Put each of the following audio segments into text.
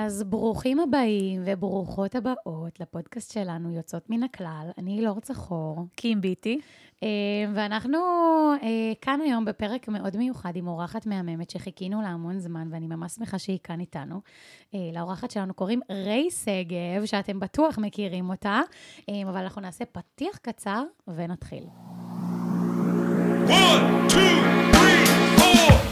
אז ברוכים הבאים וברוכות הבאות לפודקאסט שלנו, יוצאות מן הכלל. אני לא רוצה חור. קים ביטי. ואנחנו כאן היום בפרק מאוד מיוחד עם אורחת מהממת שחיכינו לה המון זמן, ואני ממש שמחה שהיא כאן איתנו. לאורחת שלנו קוראים ריי סגב, שאתם בטוח מכירים אותה, אבל אנחנו נעשה פתיח קצר ונתחיל. 1, 2, 3, 4.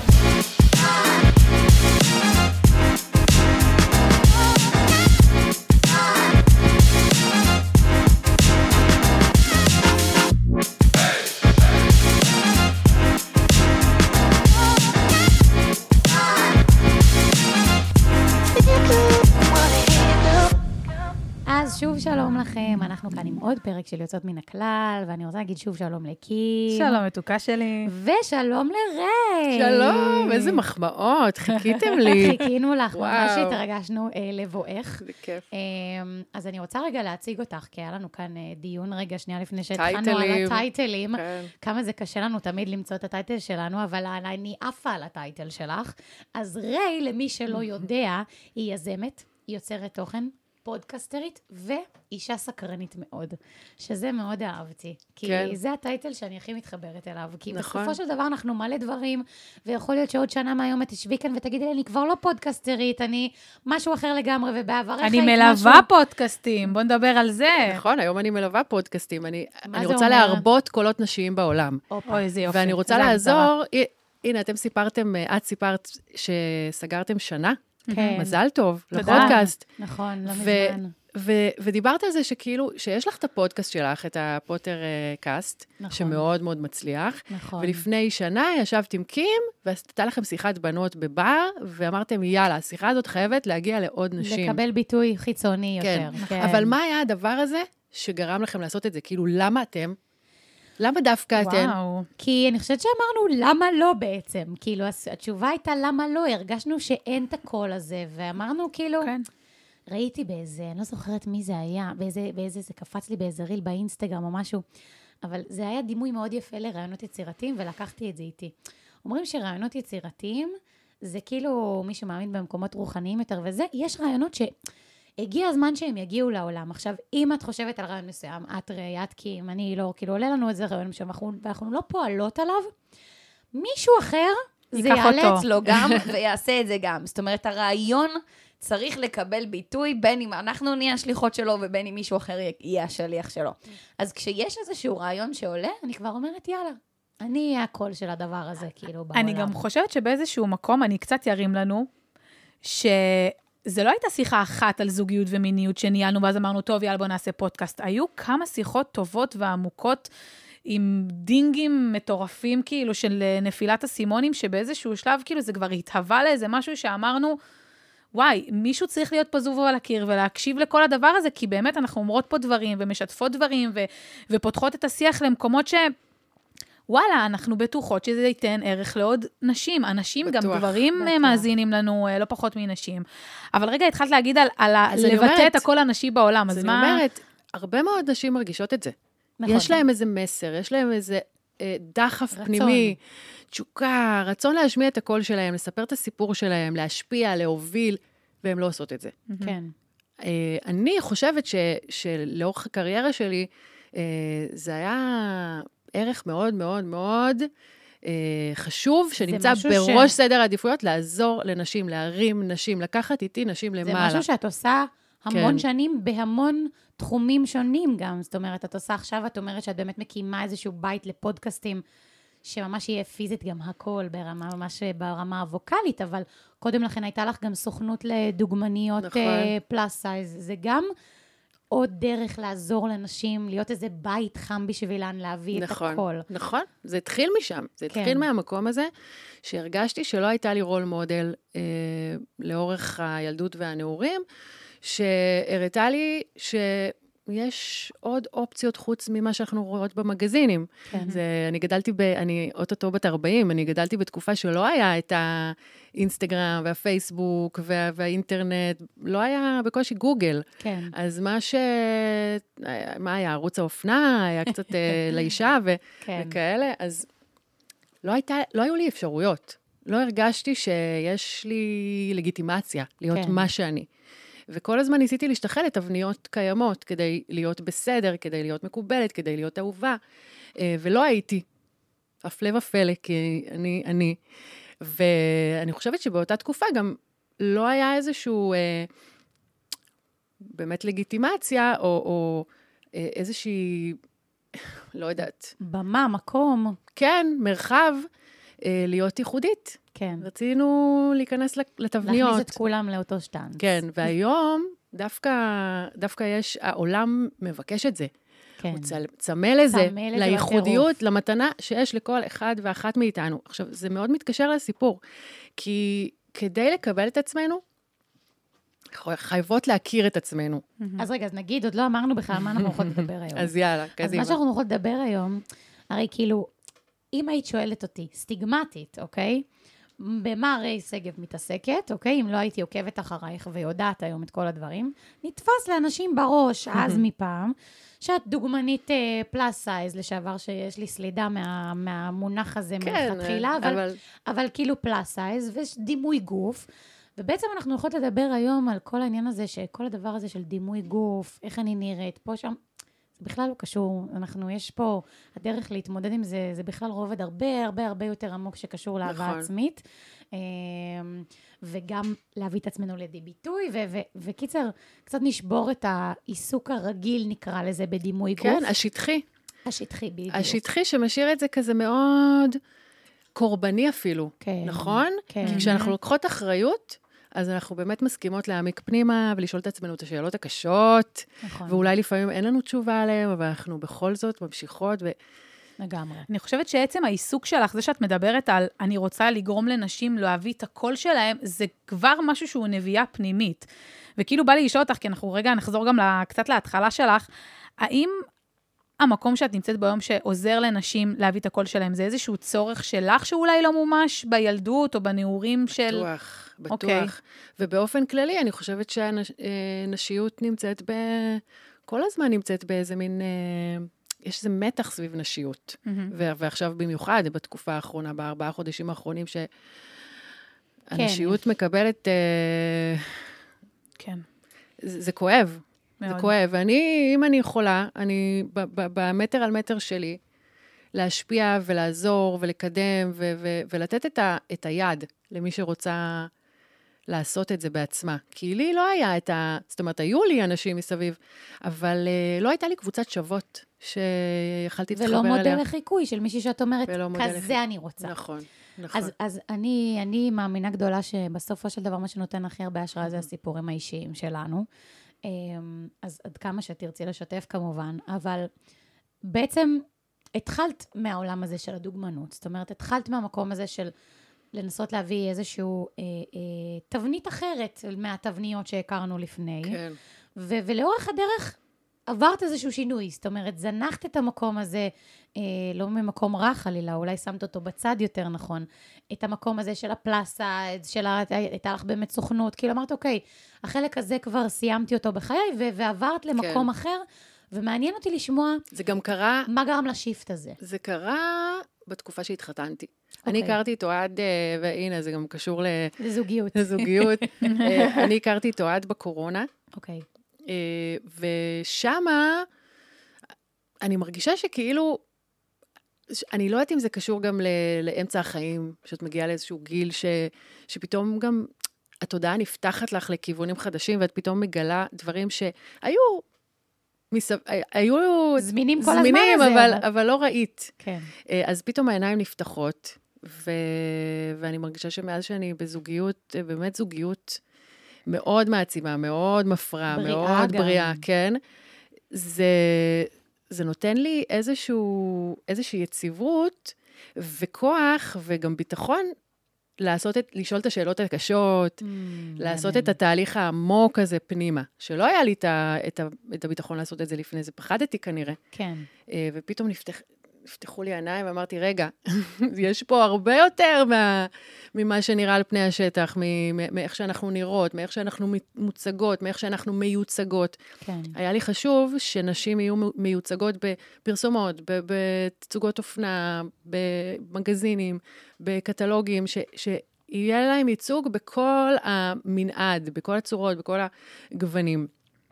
אז שוב שלום לכם, אנחנו כאן עם עוד פרק של יוצאות מן הכלל, ואני רוצה להגיד שוב שלום לקים. שלום, מתוקה שלי. ושלום לריי. שלום, איזה מחמאות, חיכיתם לי. חיכינו לך, ממש התרגשנו לבואך. זה כיף. אז אני רוצה רגע להציג אותך, כי היה לנו כאן דיון רגע שנייה לפני שהתחלנו על הטייטלים. כמה זה קשה לנו תמיד למצוא את הטייטל שלנו, אבל אני עפה על הטייטל שלך. אז ריי, למי שלא יודע, היא יזמת, היא יוצרת תוכן, פודקסטרית ואישה סקרנית מאוד, שזה מאוד אהבתי. כי זה הטייטל שאני הכי מתחברת אליו. כי בסופו של דבר אנחנו מלא דברים, ויכול להיות שעוד שנה מהיום את תשבי כאן ותגידי לי, אני כבר לא פודקסטרית, אני משהו אחר לגמרי, ובעברך אני מלווה פודקאסטים, בוא נדבר על זה. נכון, היום אני מלווה פודקאסטים. אני רוצה להרבות קולות נשיים בעולם. אוי, זה יופי. ואני רוצה לעזור, הנה, את סיפרת שסגרתם שנה. מזל טוב, לפודקאסט. נכון, לא מזמן. ודיברת על זה שכאילו, שיש לך את הפודקאסט שלך, את הפוטר קאסט, שמאוד מאוד מצליח. נכון. ולפני שנה ישבת עם קים, ועשתה לכם שיחת בנות בבר, ואמרתם, יאללה, השיחה הזאת חייבת להגיע לעוד נשים. לקבל ביטוי חיצוני יותר. כן. אבל מה היה הדבר הזה שגרם לכם לעשות את זה? כאילו, למה אתם? למה דווקא אתן? כי אני חושבת שאמרנו, למה לא בעצם? כאילו, התשובה הייתה, למה לא? הרגשנו שאין את הקול הזה, ואמרנו, כאילו, ראיתי באיזה, אני לא זוכרת מי זה היה, באיזה, זה קפץ לי באיזה ריל באינסטגרם או משהו, אבל זה היה דימוי מאוד יפה לרעיונות יצירתיים, ולקחתי את זה איתי. אומרים שרעיונות יצירתיים, זה כאילו מי שמאמין במקומות רוחניים יותר, וזה, יש רעיונות הגיע הזמן שהם יגיעו לעולם. עכשיו, אם את חושבת על רעיון מסוים, את ראי, את קים, אני לא, כאילו עולה לנו איזה רעיון מסוים, ואנחנו לא פועלות עליו, מישהו אחר, זה יאלץ לו גם, ויעשה את זה גם. זאת אומרת, הרעיון צריך לקבל ביטוי, בין אם אנחנו נהיה השליחות שלו, ובין אם מישהו אחר יהיה השליח שלו. אז כשיש איזשהו רעיון שעולה, אני כבר אומרת, יאללה, אני אהיה הקול של הדבר הזה, כאילו, בעולם. אני גם חושבת שבאיזשהו מקום, אני קצת ירים לנו, זה לא הייתה שיחה אחת על זוגיות ומיניות שניהלנו, ואז אמרנו, טוב, יאללה, בוא נעשה פודקאסט. היו כמה שיחות טובות ועמוקות, עם דינגים מטורפים, כאילו, של נפילת הסימונים, שבאיזשהו שלב, כאילו, זה כבר התהווה לאיזה משהו שאמרנו, וואי, מישהו צריך להיות פה זוב על הקיר, ולהקשיב לכל הדבר הזה, כי באמת אנחנו אומרות פה דברים, ומשתפות דברים, ופותחות את השיח למקומות וואלה, אנחנו בטוחות שזה ייתן ערך לעוד נשים. אנשים, גם גברים מאזינים לנו, לא פחות מנשים. אבל רגע, התחלת להגיד על לבטא את הכל הנשי בעולם, אז מה? אני אומרת, הרבה מאוד נשים מרגישות את זה. יש להם איזה מסר, יש להם איזה דחף פנימי, תשוקה, רצון להשמיע את הקול שלהם, לספר את הסיפור שלהם, להשפיע, להוביל, והם לא עושות את זה. כן. אני חושבת שלאורך הקריירה שלי, זה היה ערך מאוד מאוד מאוד חשוב, שנמצא בראש סדר העדיפויות, לעזור לנשים, להרים נשים, לקחת איתי נשים למעלה. זה משהו שאת עושה המון שנים, בהמון תחומים שונים גם. זאת אומרת, את עושה עכשיו, את אומרת שאת באמת מקימה איזשהו בית לפודקאסטים, שממש יהיה פיזית גם הכל, ממש ברמה הווקלית, אבל קודם לכן הייתה לך גם סוכנות לדוגמניות פלאס סייז. זה גם עוד דרך לעזור לנשים, להיות איזה בית חם בשבילן, להביא את הכל. נכון, זה התחיל משם. זה התחיל מהמקום הזה, שהרגשתי שלא הייתה לי רול מודל לאורך הילדות והנעורים, שהראתה לי יש עוד אופציות חוץ ממה שאנחנו רואות במגזינים. אני גדלתי, אני אוטוטו בת 40, אני גדלתי בתקופה שלא היה את האינסטגרם והפייסבוק והאינטרנט, לא היה בקושי גוגל. אז מה היה? ערוץ האופנה, היה קצת לאישה וכאלה, אז לא היו לי אפשרויות. לא הרגשתי שיש לי לגיטימציה להיות מה שאני. וכל הזמן ניסיתי להשתחל לתבניות קיימות, כדי להיות בסדר, כדי להיות מקובלת, כדי להיות אהובה, ולא הייתי. הפלא ופלא, כי אני. ואני חושבת שבאותה תקופה גם לא היה איזשהו באמת לגיטימציה, או איזושהי, לא יודעת. במה, מקום. כן, מרחב, להיות ייחודית. כן. רצינו להיכנס לתבניות. להכניס את כולם לאותו שטנץ. כן, והיום דווקא יש, העולם מבקש את זה. כן. הוא צמא לזה, לייחודיות, למתנה שיש לכל אחד ואחת מאיתנו. עכשיו, זה מאוד מתקשר לסיפור, כי כדי לקבל את עצמנו, חייבות להכיר את עצמנו. אז רגע, אז נגיד, עוד לא אמרנו בכלל מה אנחנו יכולים לדבר היום. אז יאללה, קדימה. אז מה שאנחנו יכולים לדבר היום, הרי כאילו, אם היית שואלת אותי, סטיגמטית, אוקיי? במה הרי שגב מתעסקת, אוקיי? אם לא הייתי עוקבת אחרייך ויודעת היום את כל הדברים, נתפס לאנשים בראש, אז מפעם, שאת דוגמנית פלאס סייז, לשעבר שיש לי סלידה מהמונח הזה מלכתחילה, אבל כאילו פלאס סייז, ודימוי גוף, ובעצם אנחנו יכולות לדבר היום על כל העניין הזה, שכל הדבר הזה של דימוי גוף, איך אני נראית, פה שם, זה בכלל לא קשור, יש פה, הדרך להתמודד עם זה, זה בכלל רובד הרבה יותר עמוק שקשור לאהבה עצמית, וגם להביא את עצמנו לידי ביטוי, וקיצר, קצת נשבור את העיסוק הרגיל, נקרא לזה, בדימוי גוף. כן, השטחי. השטחי, בדיוק. השטחי שמשאיר את זה כזה מאוד קורבני אפילו, נכון? כן. כי כשאנחנו לוקחות אחריות, אז אנחנו באמת מסכימות להעמיק פנימה, ולשאול את עצמנו את השאלות הקשות, ואולי לפעמים אין לנו תשובה עליהן, אבל אנחנו בכל זאת ממשיכות לגמרי. אני חושבת שעצם העיסוק שלך, זה שאת מדברת על, אני רוצה לגרום לנשים להביא את הקול שלהם, זה כבר משהו שהוא נביאה פנימית. וכאילו בא לי לשאול אותך, כי אנחנו רגע נחזור גם קצת להתחלה שלך, האם המקום שאת נמצאת ביום שעוזר לנשים להביא את הקול שלהם, זה איזשהו צורך שלך שאולי לא מומש בילדות או בנעורים של... בטוח. ובאופן כללי, אני חושבת שהנשיות נמצאת כל הזמן נמצאת באיזה מין... יש איזה מתח סביב נשיות. ועכשיו במיוחד, בתקופה האחרונה, ב4 חודשים האחרונים, שהנשיות מקבלת... כן. זה כואב. זה כואב. ואני, אם אני יכולה, אני במטר על מטר שלי, להשפיע ולעזור ולקדם ולתת את היד למי שרוצה לעשות את זה בעצמה. כי לי לא היה זאת אומרת, היו לי אנשים מסביב, אבל לא הייתה לי קבוצת שוות שיכלתי להתחבר אליה. ולא מודל לחיקוי של מישהי שאת אומרת, כזה אני רוצה. נכון. אז אני מאמינה גדולה שבסופו של דבר מה שנותן הכי הרבה השראה זה הסיפורים האישיים שלנו. אז עד כמה שתרצי לשתף כמובן, אבל בעצם התחלת מהעולם הזה של הדוגמנות, זאת אומרת, התחלת מהמקום הזה של לנסות להביא איזשהו תבנית אחרת מהתבניות שהכרנו לפני, כן. ולאורך הדרך עברת איזשהו שינוי, זאת אומרת, זנחת את המקום הזה, לא ממקום רע חלילה, אולי שמת אותו בצד יותר נכון, את המקום הזה של הפלאסה, הייתה לך באמת סוכנות, כאילו אמרת, אוקיי, החלק הזה כבר סיימתי אותו בחיי, ועברת למקום אחר, ומעניין אותי לשמוע, זה גם קרה, מה גרם לשיפט הזה? זה קרה בתקופה שהתחתנתי. אני הכרתי איתו עד, והנה, זה גם קשור לזוגיות. לזוגיות. אני הכרתי איתו עד בקורונה. אוקיי. ושמה, אני מרגישה שכאילו, אני לא יודעת אם זה קשור גם לאמצע החיים, שאת מגיעה לאיזשהו גיל שפתאום גם התודעה נפתחת לך לכיוונים חדשים, ואת פתאום מגלה דברים שהיו זמינים כל הזמן הזה. אבל לא ראית. כן. אז פתאום העיניים נפתחות, ואני מרגישה שמאז שאני בזוגיות, באמת זוגיות מאוד מעצימה, מאוד מפרה, מאוד בריאה, כן. זה נותן לי איזושהי יציבות וכוח וגם ביטחון לשאול את השאלות הקשות, לעשות את התהליך העמוק הזה פנימה, שלא היה לי את הביטחון לעשות את זה לפני זה, פחדתי כנראה. כן. ופתאום נפתחו לי העיניים ואמרתי, רגע, יש פה הרבה יותר ממה שנראה על פני השטח, מאיך שאנחנו נראות, מאיך שאנחנו מוצגות, מאיך שאנחנו מיוצגות. כן. היה לי חשוב שנשים יהיו מיוצגות בפרסומות, בתצוגות אופנה, במגזינים, בקטלוגים, שיהיה להם ייצוג בכל המנעד, בכל הצורות, בכל הגוונים.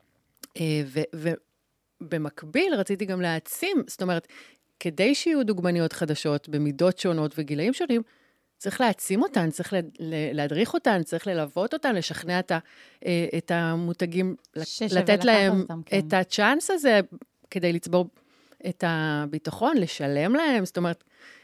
ובמקביל רציתי גם להעצים, זאת אומרת, כדי שיהיו דוגמניות חדשות במידות שונות וגילאים שונים, צריך להעצים אותן, צריך להדריך אותן, צריך ללוות אותן, לשכנע את המותגים, לתת להם את הצ'אנס הזה, כדי לצבור את הביטחון, לשלם להם, זאת אומרת,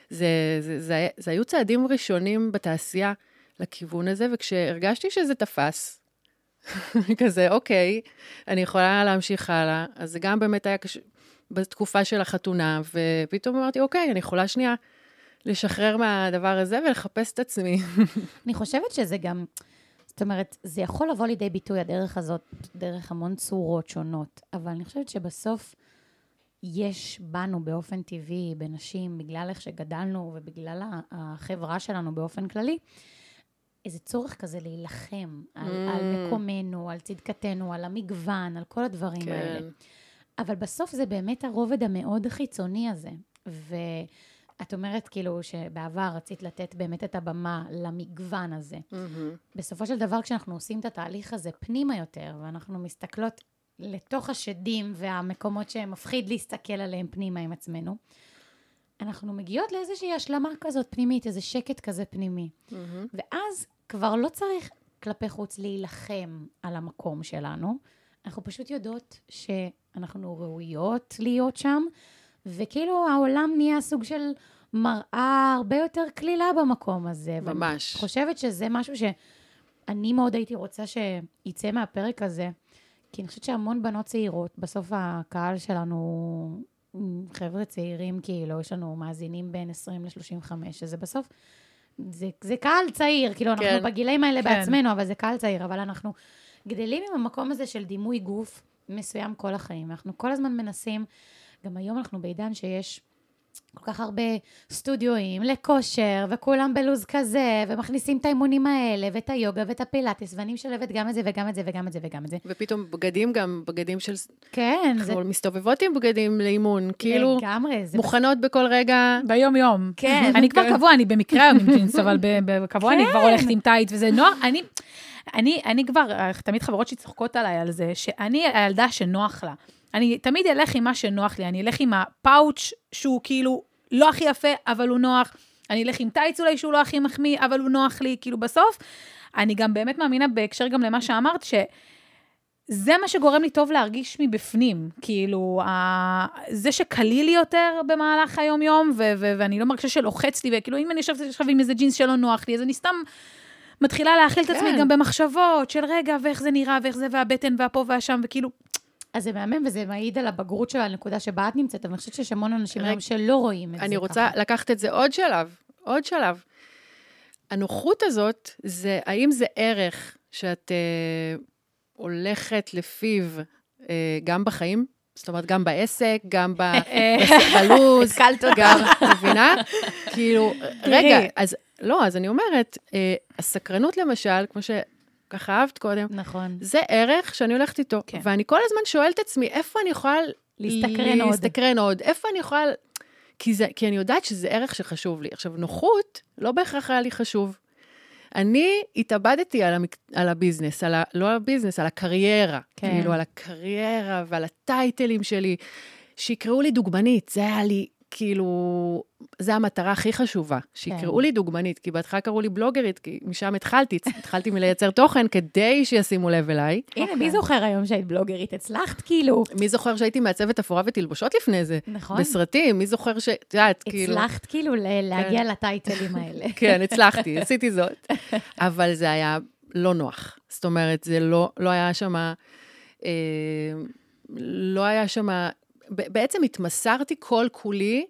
זה היו צעדים ראשונים בתעשייה לכיוון הזה, וכשהרגשתי שזה תפס, כזה, אוקיי, אני יכולה להמשיך הלאה, אז זה גם באמת היה בתקופה של החתונה, ופתאום אמרתי, אוקיי, אני יכולה שנייה לשחרר מהדבר הזה ולחפש את עצמי. אני חושבת שזה גם, זאת אומרת, זה יכול לבוא לידי ביטוי הדרך הזאת, דרך המון צורות שונות, אבל אני חושבת שבסוף יש בנו באופן טבעי, בנשים, בגלל איך שגדלנו ובגלל החברה שלנו באופן כללי, איזה צורך כזה להילחם על מקומנו, על צדקתנו, על המגוון, על כל הדברים האלה. אבל בסוף זה באמת הרובד המאוד חיצוני הזה. ואת אומרת כאילו שבעבר רצית לתת באמת את הבמה למגוון הזה. בסופו של דבר כשאנחנו עושים את התהליך הזה פנימה יותר, ואנחנו מסתכלות לתוך השדים והמקומות שמפחיד להסתכל עליהם פנימה עם עצמנו, אנחנו מגיעות לאיזושהי השלמה כזאת פנימית, איזה שקט כזה פנימי. ואז כבר לא צריך כלפי חוץ להילחם על המקום שלנו, אנחנו פשוט יודעות שאנחנו ראויות להיות שם, וכאילו העולם נהיה סוג של מראה הרבה יותר כלילה במקום הזה. ממש. ואני חושבת שזה משהו שאני מאוד הייתי רוצה שיצא מהפרק הזה, כי אני חושבת שהמון בנות צעירות, בסוף הקהל שלנו, חבר'ה צעירים כאילו, יש לנו מאזינים בין 20 ל-35, שזה בסוף, זה קהל צעיר, כאילו אנחנו בגילאים האלה בעצמנו, אבל זה קהל צעיר, אבל אנחנו גדלים עם המקום הזה של דימוי גוף מסוים כל החיים. אנחנו כל הזמן מנסים, גם היום אנחנו בעידן שיש כל כך הרבה סטודיואים לכושר, וכולם בלוז כזה, ומכניסים את האימונים האלה, ואת היוגה, ואת הפילאטיס, ואני משלבת גם את זה, וגם את זה, וגם את זה, וגם את זה. ופתאום בגדים גם, בגדים של... כן. אנחנו מסתובבות עם בגדים לאימון, כאילו... לגמרי. מוכנות בכל רגע... ביום יום. כן. אני כבר קבוע, אני במקרה עם ג'ינס, אבל בקבוע אני כבר הולכת עם טייט, וזה נוח, אני כבר, תמיד חברות שצוחקות עליי על זה, שאני הילדה שנוח לה. אני תמיד אלך עם מה שנוח לי, אני אלך עם הפאוץ' שהוא כאילו לא הכי יפה, אבל הוא נוח, אני אלך עם טייץ אולי שהוא לא הכי מחמיא, אבל הוא נוח לי, כאילו בסוף, אני גם באמת מאמינה בהקשר גם למה שאמרת, שזה מה שגורם לי טוב להרגיש מבפנים, כאילו, זה שקליל לי יותר במהלך היום-יום, ואני לא מרגישה שלוחץ לי, וכאילו, אם אני יושבת עם איזה ג'ינס שלא נוח לי, אז אני סתם מתחילה להכיל את עצמי גם במחשבות של רגע, ואיך זה נראה, ואיך זה, והבטן, והפה והשם, וכאילו, אז זה מהמם, וזה מעיד על הבגרות של הנקודה שבה את נמצאת, אבל אני חושבת שיש המון אנשים היום שלא רואים את זה ככה. אני רוצה לקחת את זה עוד שלב. הנוחות הזאת, האם זה ערך שאת הולכת לפיו גם בחיים? זאת אומרת, גם בעסק, גם בלוז, גם, מבינה? כאילו, רגע, אז אני אומרת, הסקרנות למשל, כמו ככה אהבת קודם. נכון. זה ערך שאני הולכת איתו. כן. ואני כל הזמן שואלת עצמי, איפה אני יכולה להסתקרן עוד? איפה אני יכולה... כי אני יודעת שזה ערך שחשוב לי. עכשיו, נוחות לא בהכרח היה לי חשוב. אני התאבדתי על הביזנס, לא על הביזנס, על הקריירה. כן. כאילו, על הקריירה ועל הטייטלים שלי, שיקראו לי דוגמנית. זה היה לי... כאילו, זו המטרה הכי חשובה, שיקראו לי דוגמנית, כי בהתחלה קראו לי בלוגרית, כי משם התחלתי מלייצר תוכן, כדי שישימו לב אליי. הנה, מי זוכר היום שהיית בלוגרית? הצלחת כאילו? מי זוכר שהייתי מעצבת אפורה ותלבושות לפני זה? נכון. בסרטים, מי זוכר ש... הצלחת כאילו להגיע לטייטלים האלה. כן, הצלחתי, עשיתי זאת. אבל זה היה לא נוח. זאת אומרת, זה לא היה שמה... לא היה שמה... בעצם התמסרתי כל כולי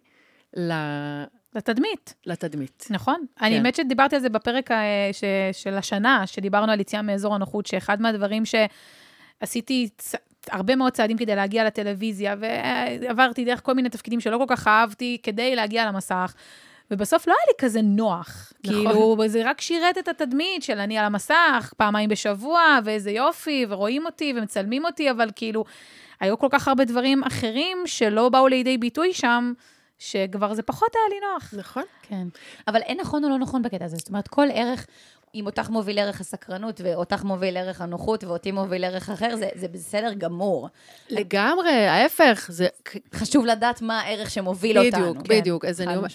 לתדמית. נכון. אני האמת שדיברתי על זה בפרק של השנה, שדיברנו על יציאה מאזור הנוחות, שאחד מהדברים שעשיתי הרבה מאוד צעדים כדי להגיע לטלוויזיה, ועברתי דרך כל מיני תפקידים שלא כל כך אהבתי, כדי להגיע למסך, ובסוף לא היה לי כזה נוח. נכון. כאילו, זה רק שירת את התדמית של אני על המסך, פעמיים בשבוע, ואיזה יופי, ורואים אותי, ומצלמים אותי, אבל כאילו, היו כל כך הרבה דברים אחרים שלא באו לידי ביטוי שם, שכבר זה פחות היה לי נוח. נכון. כן. אבל אין נכון או לא נכון בקטע הזה. זאת אומרת, כל ערך, אם אותך מוביל ערך הסקרנות, ואותך מוביל ערך הנוחות, ואותי מוביל ערך אחר, זה בסדר גמור. לגמרי, ההפך. זה חשוב לדעת מה הערך שמוביל אותנו. בדיוק, בדיוק.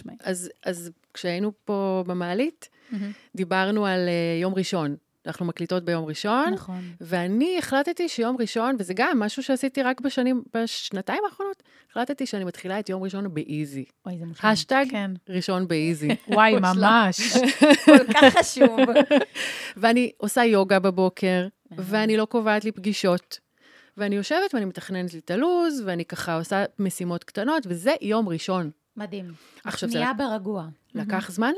אז כשהיינו פה במעלית, דיברנו על יום ראשון. אנחנו מקליטות ביום ראשון, נכון. ואני החלטתי שיום ראשון, וזה גם משהו שעשיתי רק בשנתיים האחרונות, החלטתי שאני מתחילה את יום ראשון באיזי. אוי, זה מושלם. השטג כן. ראשון באיזי. וואי, ממש. כל כך חשוב. ואני עושה יוגה בבוקר, ואני לא קובעת לי פגישות, ואני יושבת ואני מתכננת לי את הלוז, ואני ככה עושה משימות קטנות, וזה יום ראשון. מדהים. עכשיו נהיה ברגוע. לקח זמן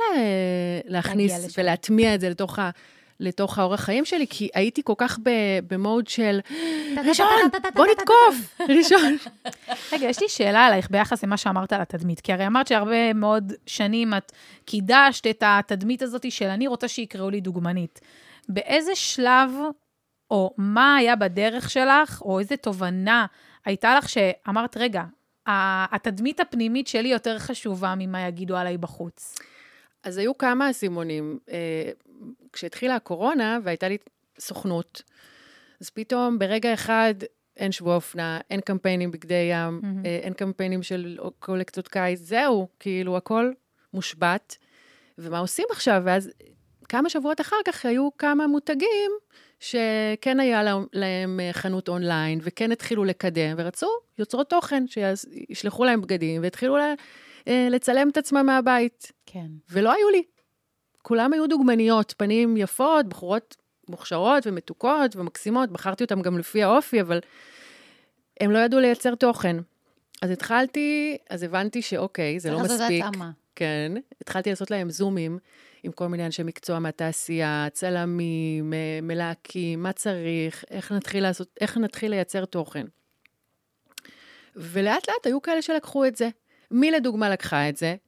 להכניס ולהטמיע את זה לתוך האורח חיים שלי, כי הייתי כל כך במוד של, ראשון, בוא נתקוף, ראשון. רגע, יש לי שאלה עלייך ביחס למה שאמרת על התדמית, כי הרי אמרת שהרבה מאוד שנים את קידשת את התדמית הזאת של אני רוצה שיקראו לי דוגמנית. באיזה שלב, או מה היה בדרך שלך, או איזה תובנה הייתה לך שאמרת, רגע, התדמית הפנימית שלי יותר חשובה ממה יגידו עליי בחוץ? אז היו כמה סימונים. כשהתחילה הקורונה והייתה לי סוכנות, אז פתאום ברגע אחד אין שבוע אופנה, אין קמפיינים בגדי ים, אין קמפיינים של קולקציות קיץ, זהו, כאילו הכל מושבת. ומה עושים עכשיו? ואז כמה שבועות אחר כך היו כמה מותגים שכן היה להם חנות אונליין, וכן התחילו לקדם, ורצו יוצרות תוכן שישלחו להם בגדים, והתחילו לצלם את עצמם מהבית. כן. ולא היו לי. כולם היו דוגמניות, פנים יפות, בחורות מוכשרות ומתוקות ומקסימות, בחרתי אותם גם לפי האופי, אבל הם לא ידעו לייצר תוכן. אז הבנתי שאוקיי, זה לא מספיק. כן, התחלתי לעשות להם זומים, עם כל מיני אנשי מקצוע מהתעשייה, צלמים, מלהקים, מה צריך, איך נתחיל לייצר תוכן. ולאט לאט היו כאלה שלקחו את זה. מי לדוגמה לקחה את זה?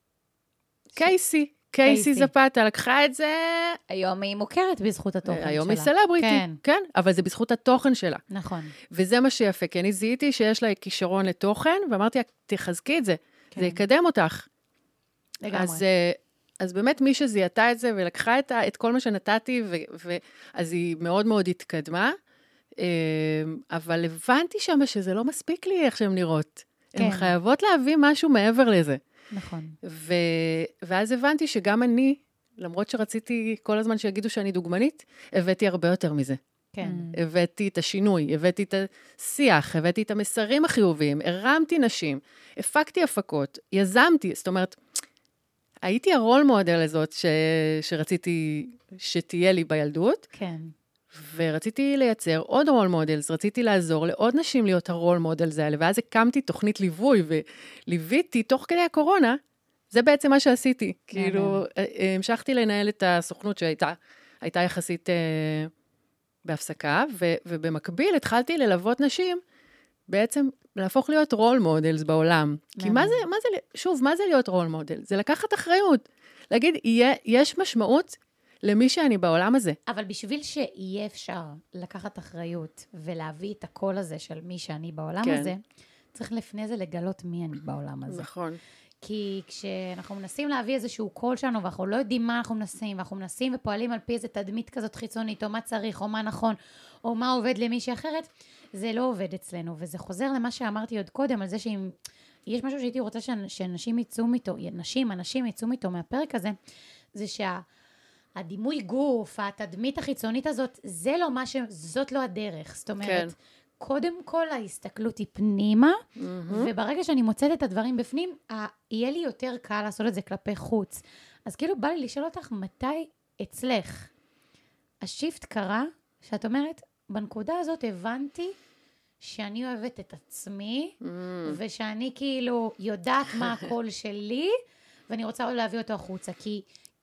קייסי זפתה לקחה את זה. היום היא מוכרת בזכות התוכן שלה. היום היא סלבריטי, כן, אבל זה בזכות התוכן שלה. נכון. וזה מה שיפה, כי אני זיהיתי שיש לה כישרון לתוכן, ואמרתי, תחזקי את זה, זה יקדם אותך. לגמרי. אז באמת מי שזיהתה את זה ולקחה את כל מה שנתתי, אז היא מאוד מאוד התקדמה, אבל הבנתי שם שזה לא מספיק לי איך שהן נראות. הן חייבות להביא משהו מעבר לזה. נכון. ואז הבנתי שגם אני, למרות שרציתי כל הזמן שיגידו שאני דוגמנית, הבאתי הרבה יותר מזה. כן. הבאתי את השינוי, הבאתי את השיח, הבאתי את המסרים החיוביים, הרמתי נשים, הפקתי הפקות, יזמתי, זאת אומרת, הייתי הרול מודל הזאת שרציתי שתהיה לי בילדות. כן. ורציתי לייצר עוד רול מודלס, רציתי לעזור לעוד נשים להיות הרול מודלס האלה, ואז הקמתי תוכנית ליווי, וליוויתי תוך כדי הקורונה, זה בעצם מה שעשיתי. כאילו, המשכתי לנהל את הסוכנות שהייתה יחסית בהפסקה, ובמקביל התחלתי ללוות נשים, בעצם להפוך להיות רול מודלס בעולם. כי מה זה להיות רול מודל? זה לקחת אחריות. להגיד, יש משמעות למי שאני בעולם הזה. אבל בשביל שיהיה אפשר לקחת אחריות ולהביא את הקול הזה של מי שאני בעולם הזה, צריך לפני זה לגלות מי אני בעולם הזה. נכון. כי כשאנחנו מנסים להביא איזשהו קול שלנו, ואנחנו לא יודעים מה אנחנו מנסים, ואנחנו מנסים ופועלים על פי איזו תדמית כזאת חיצונית, או מה צריך, או מה נכון, או מה עובד למישהי אחרת, זה לא עובד אצלנו. וזה חוזר למה שאמרתי עוד קודם, על זה שאם יש משהו שהייתי רוצה שאנשים יצאו איתו, אנשים יצאו איתו מהפרק הזה, זה הדימוי גוף, התדמית החיצונית הזאת, זאת לא הדרך. זאת אומרת, קודם כל ההסתכלות היא פנימה, וברגע שאני מוצאת את הדברים בפנים, יהיה לי יותר קל לעשות את זה כלפי חוץ. אז כאילו בא לי לשאול אותך, מתי אצלך השיפט קרה, שאת אומרת, בנקודה הזאת הבנתי שאני אוהבת את עצמי, ושאני כאילו יודעת מה הקול שלי, ואני רוצה להביא אותו החוצה, כי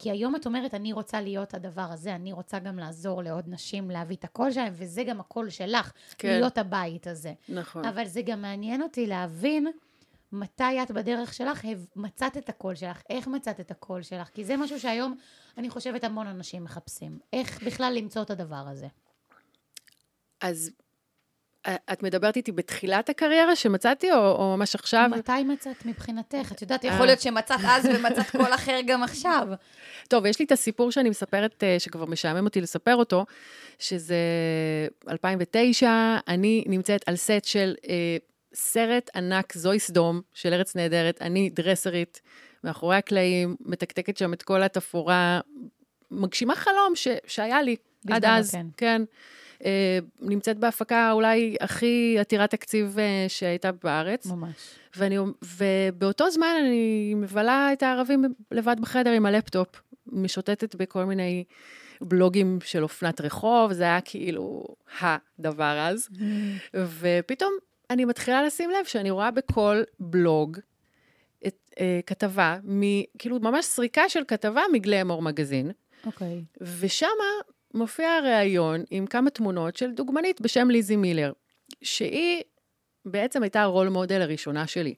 כי היום את אומרת, אני רוצה להיות הדבר הזה, אני רוצה גם לעזור לעוד נשים להביא את הקול שלהם, וזה גם הקול שלך, להיות הבית הזה. נכון. אבל זה גם מעניין אותי להבין מתי את בדרך שלך מצאת את הקול שלך, איך מצאת את הקול שלך, כי זה משהו שהיום אני חושבת המון אנשים מחפשים. איך בכלל למצוא את הדבר הזה? אז את מדברת איתי בתחילת הקריירה שמצאתי, או ממש עכשיו? מתי מצאת מבחינתך? את יודעת, יכול להיות שמצאת אז ומצאת קול אחר גם עכשיו. טוב, יש לי את הסיפור שאני מספרת, שכבר משעמם אותי לספר אותו, שזה 2009, אני נמצאת על סט של סרט ענק, זוהי סדום, של ארץ נהדרת, אני דרסרית, מאחורי הקלעים, מתקתקת שם את כל התפאורה, מגשימה חלום שהיה לי עד אז, כן. נמצאת בהפקה אולי הכי עתירת תקציב שהייתה בארץ. ממש. ובאותו זמן אני מבלה את הערבים לבד בחדר עם הלפטופ, משוטטת בכל מיני בלוגים של אופנת רחוב, זה היה כאילו הדבר אז. ופתאום אני מתחילה לשים לב שאני רואה בכל בלוג כתבה, כאילו ממש סריקה של כתבה מגלמור מגזין. אוקיי. ושמה מופיע ראיון עם כמה תמונות של דוגמנית בשם ליזי מילר, שהיא בעצם הייתה הרול מודל הראשונה שלי.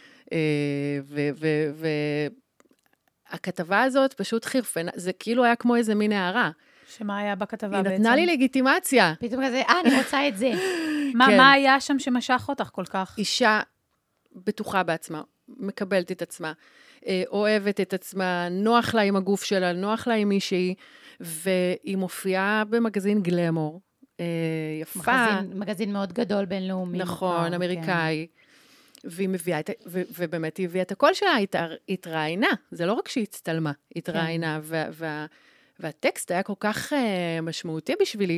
והכתבה הזאת פשוט חירפנה, זה כאילו היה כמו איזה מין הערה. שמה היה בכתבה היא בעצם? נתנה לי לגיטימציה. פתאום כזה, אני רוצה את זה. מה היה שם שמשך אותך כל כך? אישה בטוחה בעצמה, מקבלת את עצמה, אוהבת את עצמה, נוח לה עם הגוף שלה, נוח לה עם מישהי, והיא מופיעה במגזין גלמור, יפה. מגזין מאוד גדול בינלאומי. נכון, אמריקאי. והיא מביאה ובאמת היא הביאה את הקול שלה, היא התראיינה, זה לא רק שהיא הצטלמה, היא התראיינה, והטקסט היה כל כך משמעותי בשבילי.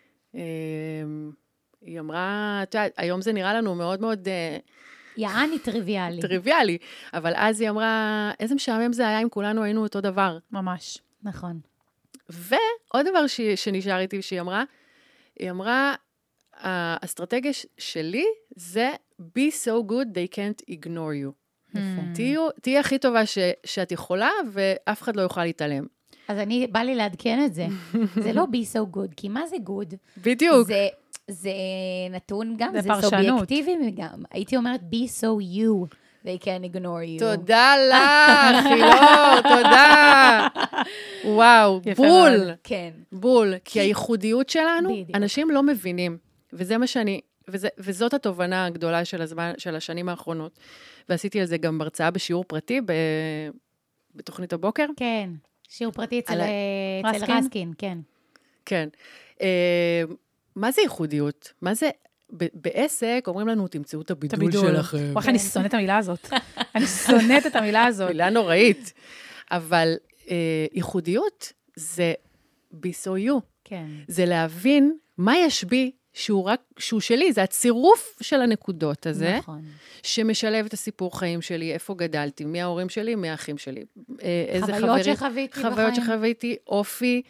היא אמרה, היום זה נראה לנו מאוד מאוד יעני טריוויאלי. טריוויאלי, אבל אז היא אמרה, איזה משעמם זה היה אם כולנו היינו אותו דבר. ממש. נכון. ועוד דבר שנשאר איתי שהיא אמרה, האסטרטגיה שלי זה be so good they can't ignore you. תהיי הכי טובה שאת יכולה, ואף אחד לא יוכל להתעלם. אז בא לי לעדכן את זה. זה לא be so good, כי מה זה good? בדיוק. זה נתון גם, זה זה פרשנות. סובייקטיבי גם. הייתי אומרת be so you, they can't ignore you. תודה לך, חילור, תודה. וואו, בול. כן. בול, כי הייחודיות שלנו, בדיוק. אנשים לא מבינים, וזה מה שאני, וזאת התובנה הגדולה של השנים האחרונות, ועשיתי על זה גם הרצאה בשיעור פרטי, בתוכנית הבוקר. כן, שיעור פרטי אצל רסקין, כן. כן. מה זה ייחודיות? מה זה, בעסק אומרים לנו, תמצאו את הבידול שלכם. איך אני שונאת את המילה הזאת. אני שונאת את המילה הזאת. מילה נוראית. אבל ייחודיות זה be so you. כן. זה להבין מה יש בי שהוא שלי, זה הצירוף של הנקודות הזה, נכון. שמשלב את הסיפור חיים שלי, איפה גדלתי, מי ההורים שלי, מי האחים שלי. איזה חוויות שחוויתי בחיים. חוויות שחוויתי, אופי,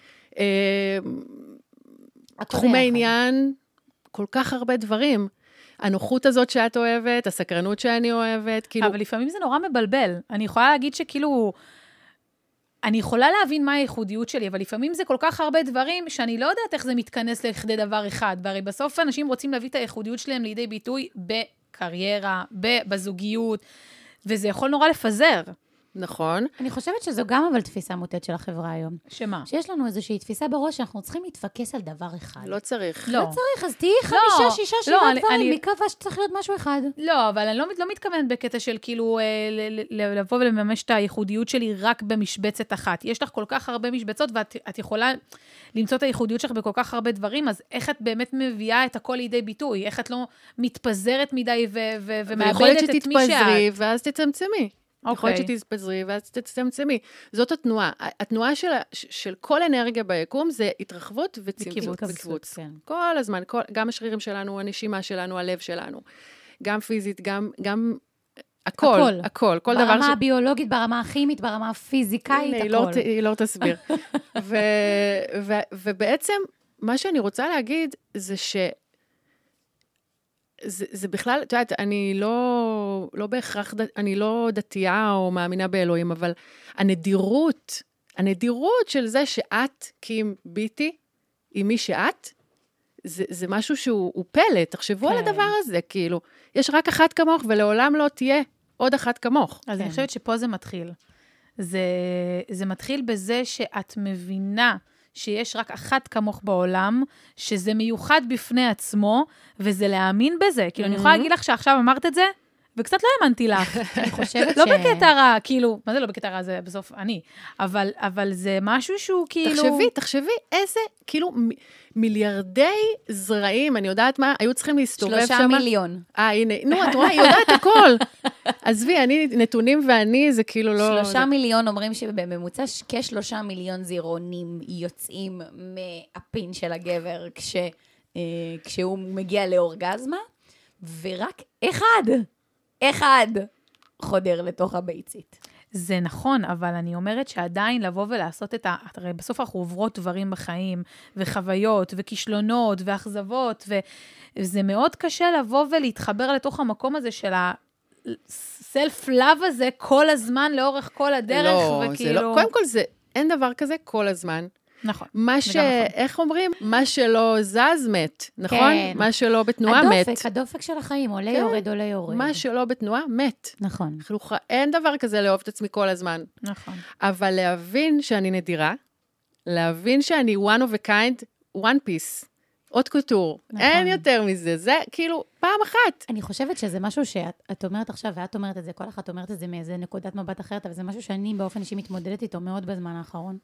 תחומי עניין, כל כך הרבה דברים. הנוחות הזאת שאת אוהבת, הסקרנות שאני אוהבת, כאילו... אבל לפעמים זה נורא מבלבל. אני יכולה להגיד שכאילו... אני יכולה להבין מה הייחודיות שלי, אבל לפעמים זה כל כך הרבה דברים שאני לא יודעת איך זה מתכנס לכדי דבר אחד, והרי בסוף אנשים רוצים להביא את הייחודיות שלהם לידי ביטוי בקריירה, בזוגיות, וזה יכול נורא לפזר. נכון. אני חושבת שזו גם אבל תפיסה מוטט של החברה היום. שמה? שיש לנו איזושהי תפיסה בראש שאנחנו צריכים להתפקס על דבר אחד. לא צריך. לא צריך, אז תהיי 5, 6, 7 דברים, מי קבע שצריך להיות משהו אחד? לא, אבל אני לא מתכוונת בקטע של כאילו לבוא ולממש את הייחודיות שלי רק במשבצת אחת. יש לך כל כך הרבה משבצות, ואת יכולה למצוא את הייחודיות שלך בכל כך הרבה דברים, אז איך את באמת מביאה את הכל לידי ביטוי? איך את לא מתפזרת מדי ומאבדת את מי שאת? שתתפזרי, ואז תצמצמי. יכול להיות שתתפזרי, ואז תצמצמי. זאת התנועה. התנועה של כל אנרגיה ביקום זה התרחבות וקבוץ. כל הזמן, גם השרירים שלנו, הנשימה שלנו, הלב שלנו. גם פיזית, גם הכל. הכל. ברמה הביולוגית, ברמה הכימית, ברמה הפיזיקאית, הכל. היא לא תסביר. ובעצם, מה שאני רוצה להגיד זה זה בכלל, את יודעת, אני לא בהכרח, אני לא דתייה או מאמינה באלוהים, אבל הנדירות הנדירות של זה שאת, קים ביטי, עם מי שאת, זה משהו שהוא פלא, תחשבו על הדבר הזה, כאילו, יש רק אחת כמוך, ולעולם לא תהיה עוד אחת כמוך. אז אני חושבת שפה זה מתחיל. זה מתחיל בזה שאת מבינה שיש רק אחת כמוך בעולם, שזה מיוחד בפני עצמו, וזה להאמין בזה. כאילו, אני יכולה להגיד לך שעכשיו אמרת את זה, וקצת לא האמנתי לך. אני חושבת לא בקטע רע, כאילו, מה זה לא בקטע רע? זה בסוף אני. אבל זה משהו שהוא כאילו... תחשבי, איזה, כאילו, מיליארדי זרעים, אני יודעת מה, היו צריכים להסתובב שם. 3 מיליון. הנה, נו, את רואה, היא יודעת הכל. עזבי, נתונים ואני, זה כאילו לא... 3 מיליון אומרים שבממוצע כ3 מיליון זירונים יוצאים מהפין של הגבר כשהוא מגיע לאורגזמה, ורק אחד חודר לתוך הביצית. זה נכון, אבל אני אומרת שעדיין לבוא ולעשות הרי בסוף אנחנו עוברות דברים בחיים, וחוויות, וכישלונות, ואכזבות, וזה מאוד קשה לבוא ולהתחבר לתוך המקום הזה של הסלף-לב הזה כל הזמן, לאורך כל הדרך, לא, זה לא, קודם כל אין דבר כזה כל הזמן. נכון. איך אומרים? מה שלא זז מת, נכון? מה שלא בתנועה מת. הדופק של החיים, עולה יורד, עולה יורד. מה שלא בתנועה מת. נכון. אין דבר כזה לאהוב את עצמי כל הזמן. נכון. אבל להבין שאני נדירה, להבין שאני one of a kind, one piece, עוד קוטור. אין יותר מזה, זה כאילו פעם אחת. אני חושבת שזה משהו שאת אומרת עכשיו, ואת אומרת את זה, כל אחת אומרת את זה מאיזה נקודת מבט אחרת, אבל זה משהו שאני באופן אישי מתמודדת איתו מאוד בזמן האחרון.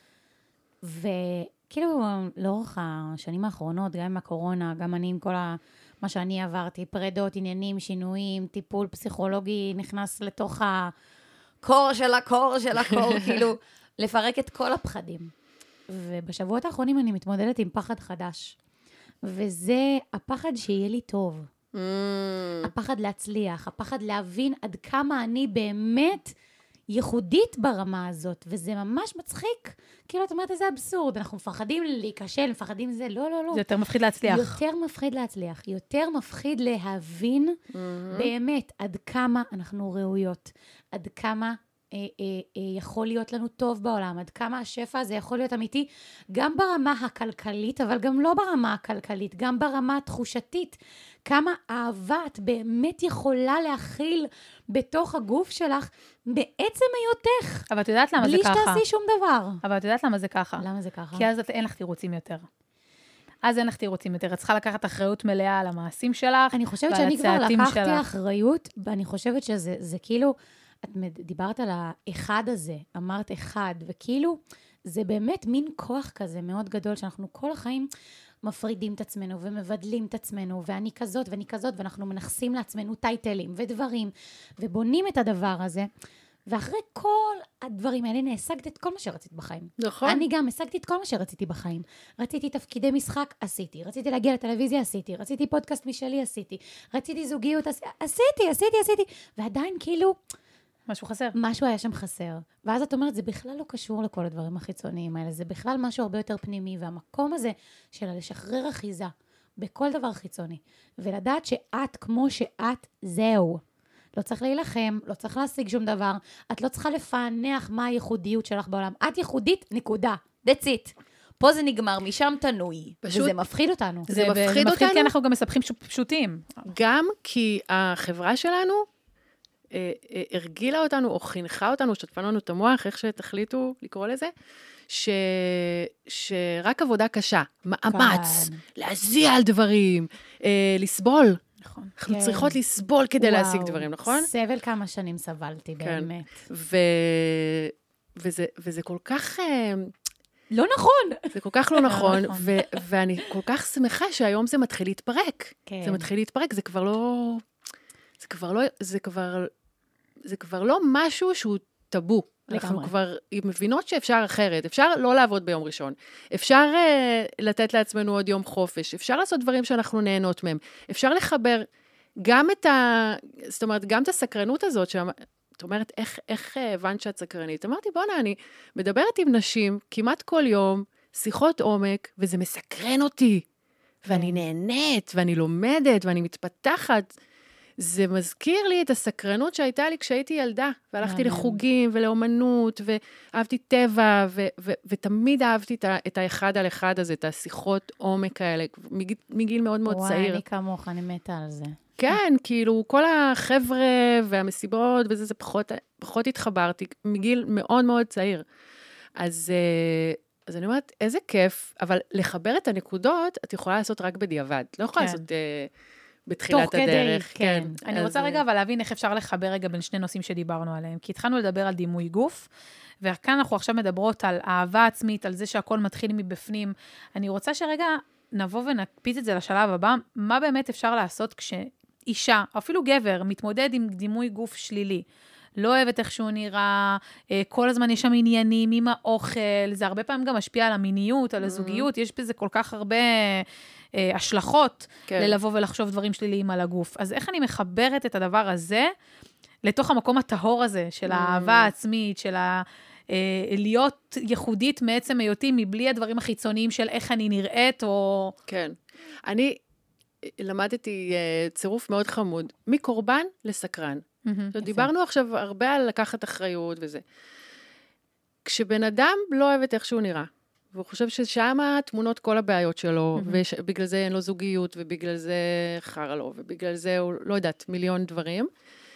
וכאילו, לאורך השנים האחרונות, גם עם הקורונה, גם אני עם כל מה שאני עברתי, פרדות, עניינים, שינויים, טיפול פסיכולוגי, נכנס לתוך הקור של הקור של הקור, כאילו, לפרק את כל הפחדים. ובשבועות האחרונים אני מתמודדת עם פחד חדש. וזה הפחד שיהיה לי טוב. הפחד להצליח, הפחד להבין עד כמה אני באמת ייחודית ברמה הזאת, וזה ממש מצחיק. כאילו, את אומרת, איזה אבסורד, אנחנו מפחדים להיכשל, מפחדים זה, לא. זה יותר מפחיד להצליח. יותר מפחיד להצליח, יותר מפחיד להבין באמת עד כמה אנחנו ראויות, עד כמה יכול להיות לנו טוב בעולם, עד כמה השפע הזה יכול להיות אמיתי, גם ברמה הכלכלית, אבל גם לא ברמה הכלכלית, גם ברמה התחושתית, כמה אהבה את באמת יכולה להכיל בתוך הגוף שלך, בעצם היותך. אבל את יודעת למה זה ככה? בלי שתעשי שום דבר. אבל את יודעת למה זה ככה? למה זה ככה? כי אז אין לך תירוצים יותר. את צריכה לקחת אחריות מלאה על המעשים שלך, אני חושבת שאני כבר לקחתי אחריות, ואני חושבת שזה כאילו, את דיברת על האחד הזה, אמרת אחד, וכאילו, זה באמת מין כוח כזה מאוד גדול, שאנחנו כל החיים מפרידים את עצמנו, ומבדלים את עצמנו, ואני כזאת, ואנחנו מנחסים לעצמנו טייטלים ודברים, ובונים את הדבר הזה, ואחרי כל הדברים האלה, השגת את כל מה שרצית בחיים. נכון. אני גם השגתי את כל מה שרציתי בחיים. רציתי תפקידי משחק, עשיתי. רציתי להגיע לטלוויזיה, עשיתי. רציתי פודקאסט משלי, עשיתי. רציתי זוגיות, עשיתי. ועדיין כאילו, משהו חסר. משהו היה שם חסר. ואז את אומרת, זה בכלל לא קשור לכל הדברים החיצוניים האלה, זה בכלל משהו הרבה יותר פנימי, והמקום הזה של לשחרר אחיזה בכל דבר חיצוני, ולדעת שאת כמו שאת, זהו. לא צריך להילחם, לא צריך להשיג שום דבר, את לא צריכה לפענח מה הייחודיות שלך בעולם. את ייחודית, נקודה. That's it. פה זה נגמר, משם תנוי. וזה מפחיד אותנו. זה מפחיד אותנו. כי אנחנו גם מספחים פשוטים. גם כי החברה שלנו הרגילה אותנו, או חינכה אותנו, שטפה לנו את המוח, איך שתחליטו לקרוא לזה, שרק עבודה קשה, מאמץ, להזיע על דברים, לסבול. נכון. אנחנו צריכות לסבול כדי להשיג דברים, נכון? סבל כמה שנים סבלתי, באמת. וזה כל כך... לא נכון. זה כל כך לא נכון, ואני כל כך שמחה שהיום זה מתחיל להתפרק. זה מתחיל להתפרק, זה כבר לא משהו שהוא טאבו. אנחנו כבר מבינות שאפשר אחרת, אפשר לא לעבוד ביום ראשון, אפשר לתת לעצמנו עוד יום חופש, אפשר לעשות דברים שאנחנו נהנות מהם, אפשר לחבר גם זאת אומרת, גם את הסקרנות הזאת, זאת אומרת, איך הבנת שאת סקרנית? אמרתי, בוא'נה, אני מדברת עם נשים כמעט כל יום, שיחות עומק, וזה מסקרן אותי, ואני נהנית, ואני לומדת, ואני מתפתחת, זה מזכיר לי את הסקרנות שהייתה לי כשהייתי ילדה, והלכתי לחוגים ולאומנות, ואהבתי טבע, ותמיד אהבתי את האחד על אחד הזה, את השיחות עומק האלה, מגיל מאוד מאוד צעיר. וואי, אני כמוך, אני מתה על זה. כן, כאילו, כל החבר'ה והמסיבות, וזה, זה פחות התחברתי, מגיל מאוד מאוד צעיר. אז אני אומרת, איזה כיף, אבל לחבר את הנקודות, את יכולה לעשות רק בדיעבד. לא יכולה לעשות בתחילת הדרך. כן. אני רוצה רגע אבל להבין איך אפשר לחבר רגע בין שני נושאים שדיברנו עליהם. כי התחלנו לדבר על דימוי גוף, וכאן אנחנו עכשיו מדברות על אהבה עצמית, על זה שהכל מתחיל מבפנים. אני רוצה שרגע נבוא ונקפיץ את זה לשלב הבא, מה באמת אפשר לעשות כשאישה, או אפילו גבר, מתמודד עם דימוי גוף שלילי. לא אוהבת איך שהוא נראה, כל הזמן יש שם עניינים עם האוכל, זה הרבה פעמים גם משפיע על המיניות, על הזוגיות, יש בזה כל כך הרבה השלכות ללבוא ולחשוב דברים שליליים על הגוף. אז איך אני מחברת את הדבר הזה לתוך המקום הטהור הזה, של האהבה העצמית, של להיות ייחודית מעצם היותי, מבלי הדברים החיצוניים של איך אני נראית, או... כן. אני למדתי צירוף מאוד חמוד, מקורבן לסקרן. דיברנו עכשיו הרבה על לקחת אחריות וזה. כשבן אדם לא אוהב את איך שהוא נראה, והוא חושב ששם תמונות כל הבעיות שלו, ובגלל זה אין לו זוגיות, ובגלל זה חרה לו, ובגלל זה הוא לא יודעת, מיליון דברים,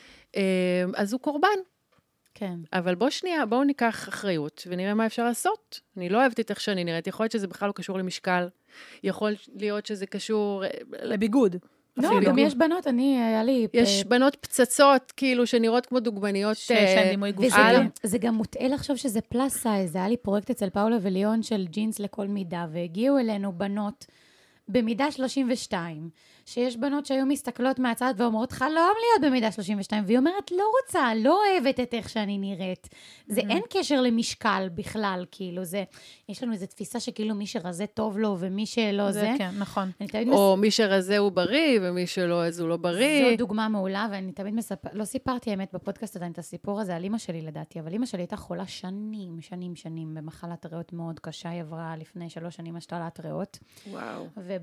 אז הוא קורבן. כן. אבל בואו ניקח אחריות, ונראה מה אפשר לעשות. אני לא אוהבת את איך שאני נראית, יכול להיות שזה בכלל לא קשור למשקל, יכול להיות שזה קשור... לביגוד. לא, גם יש בנות, היה לי... יש בנות פצצות, כאילו, שנראות כמו דוגמניות... שהן דימוי גוף. וזה גם מוטעה לחשוב שזה פלאס סייז. היה לי פרויקט אצל פאולה וליון של ג'ינס לכל מידה, והגיעו אלינו בנות במידה 32, שיש בנות שהיו מסתכלות מהצד ואומרות, חלום להיות במידה 32, והיא אומרת, לא רוצה, לא אוהבת את איך שאני נראית. זה אין קשר למשקל בכלל, כאילו, זה, יש לנו איזו תפיסה שכאילו מי שרזה טוב לו, ומי שלא זה. כן, נכון. או מי שרזה הוא בריא, ומי שלא אז הוא לא בריא. זו דוגמה מעולה, ואני תמיד לא סיפרתי האמת בפודקאסט עדיין את הסיפור הזה על אמא שלי לדעתי, אבל אמא שלי הייתה חולה שנים, במחלת ריאות מאוד קשה, היא עברה לפני 3 שנים השתלת ריאות. וואו.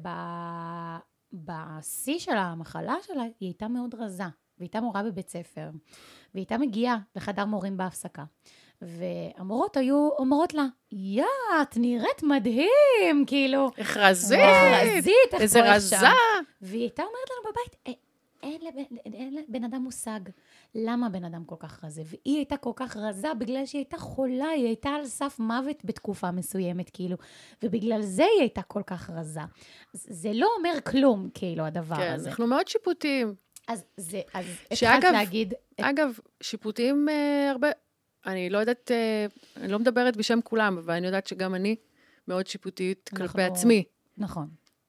בשיא של המחלה שלה, היא הייתה מאוד רזה, והיא הייתה מורה בבית ספר, והיא הייתה מגיעה לחדר מורים בהפסקה, והמורות היו אומרות לה, את נראית מדהים, כאילו. איך רזית, איך איזה רזה. והיא הייתה אומרת לנו בבית, אין לבן אדם מושג למה בן אדם כל כך רזה, והיא הייתה כל כך רזה בגלל שהיא הייתה חולה, היא הייתה על סף מוות בתקופה מסוימת, כאילו, ובגלל זה היא הייתה כל כך רזה. זה לא אומר כלום, כאילו, הדבר כן, הזה. כן, אנחנו מאוד שיפוטיים. אז התחלת להגיד... אגב, שיפוטיים הרבה, אני לא יודעת, אני לא מדברת בשם כולם, אבל אני יודעת שגם אני מאוד שיפוטית כלפי עצמי. נכון.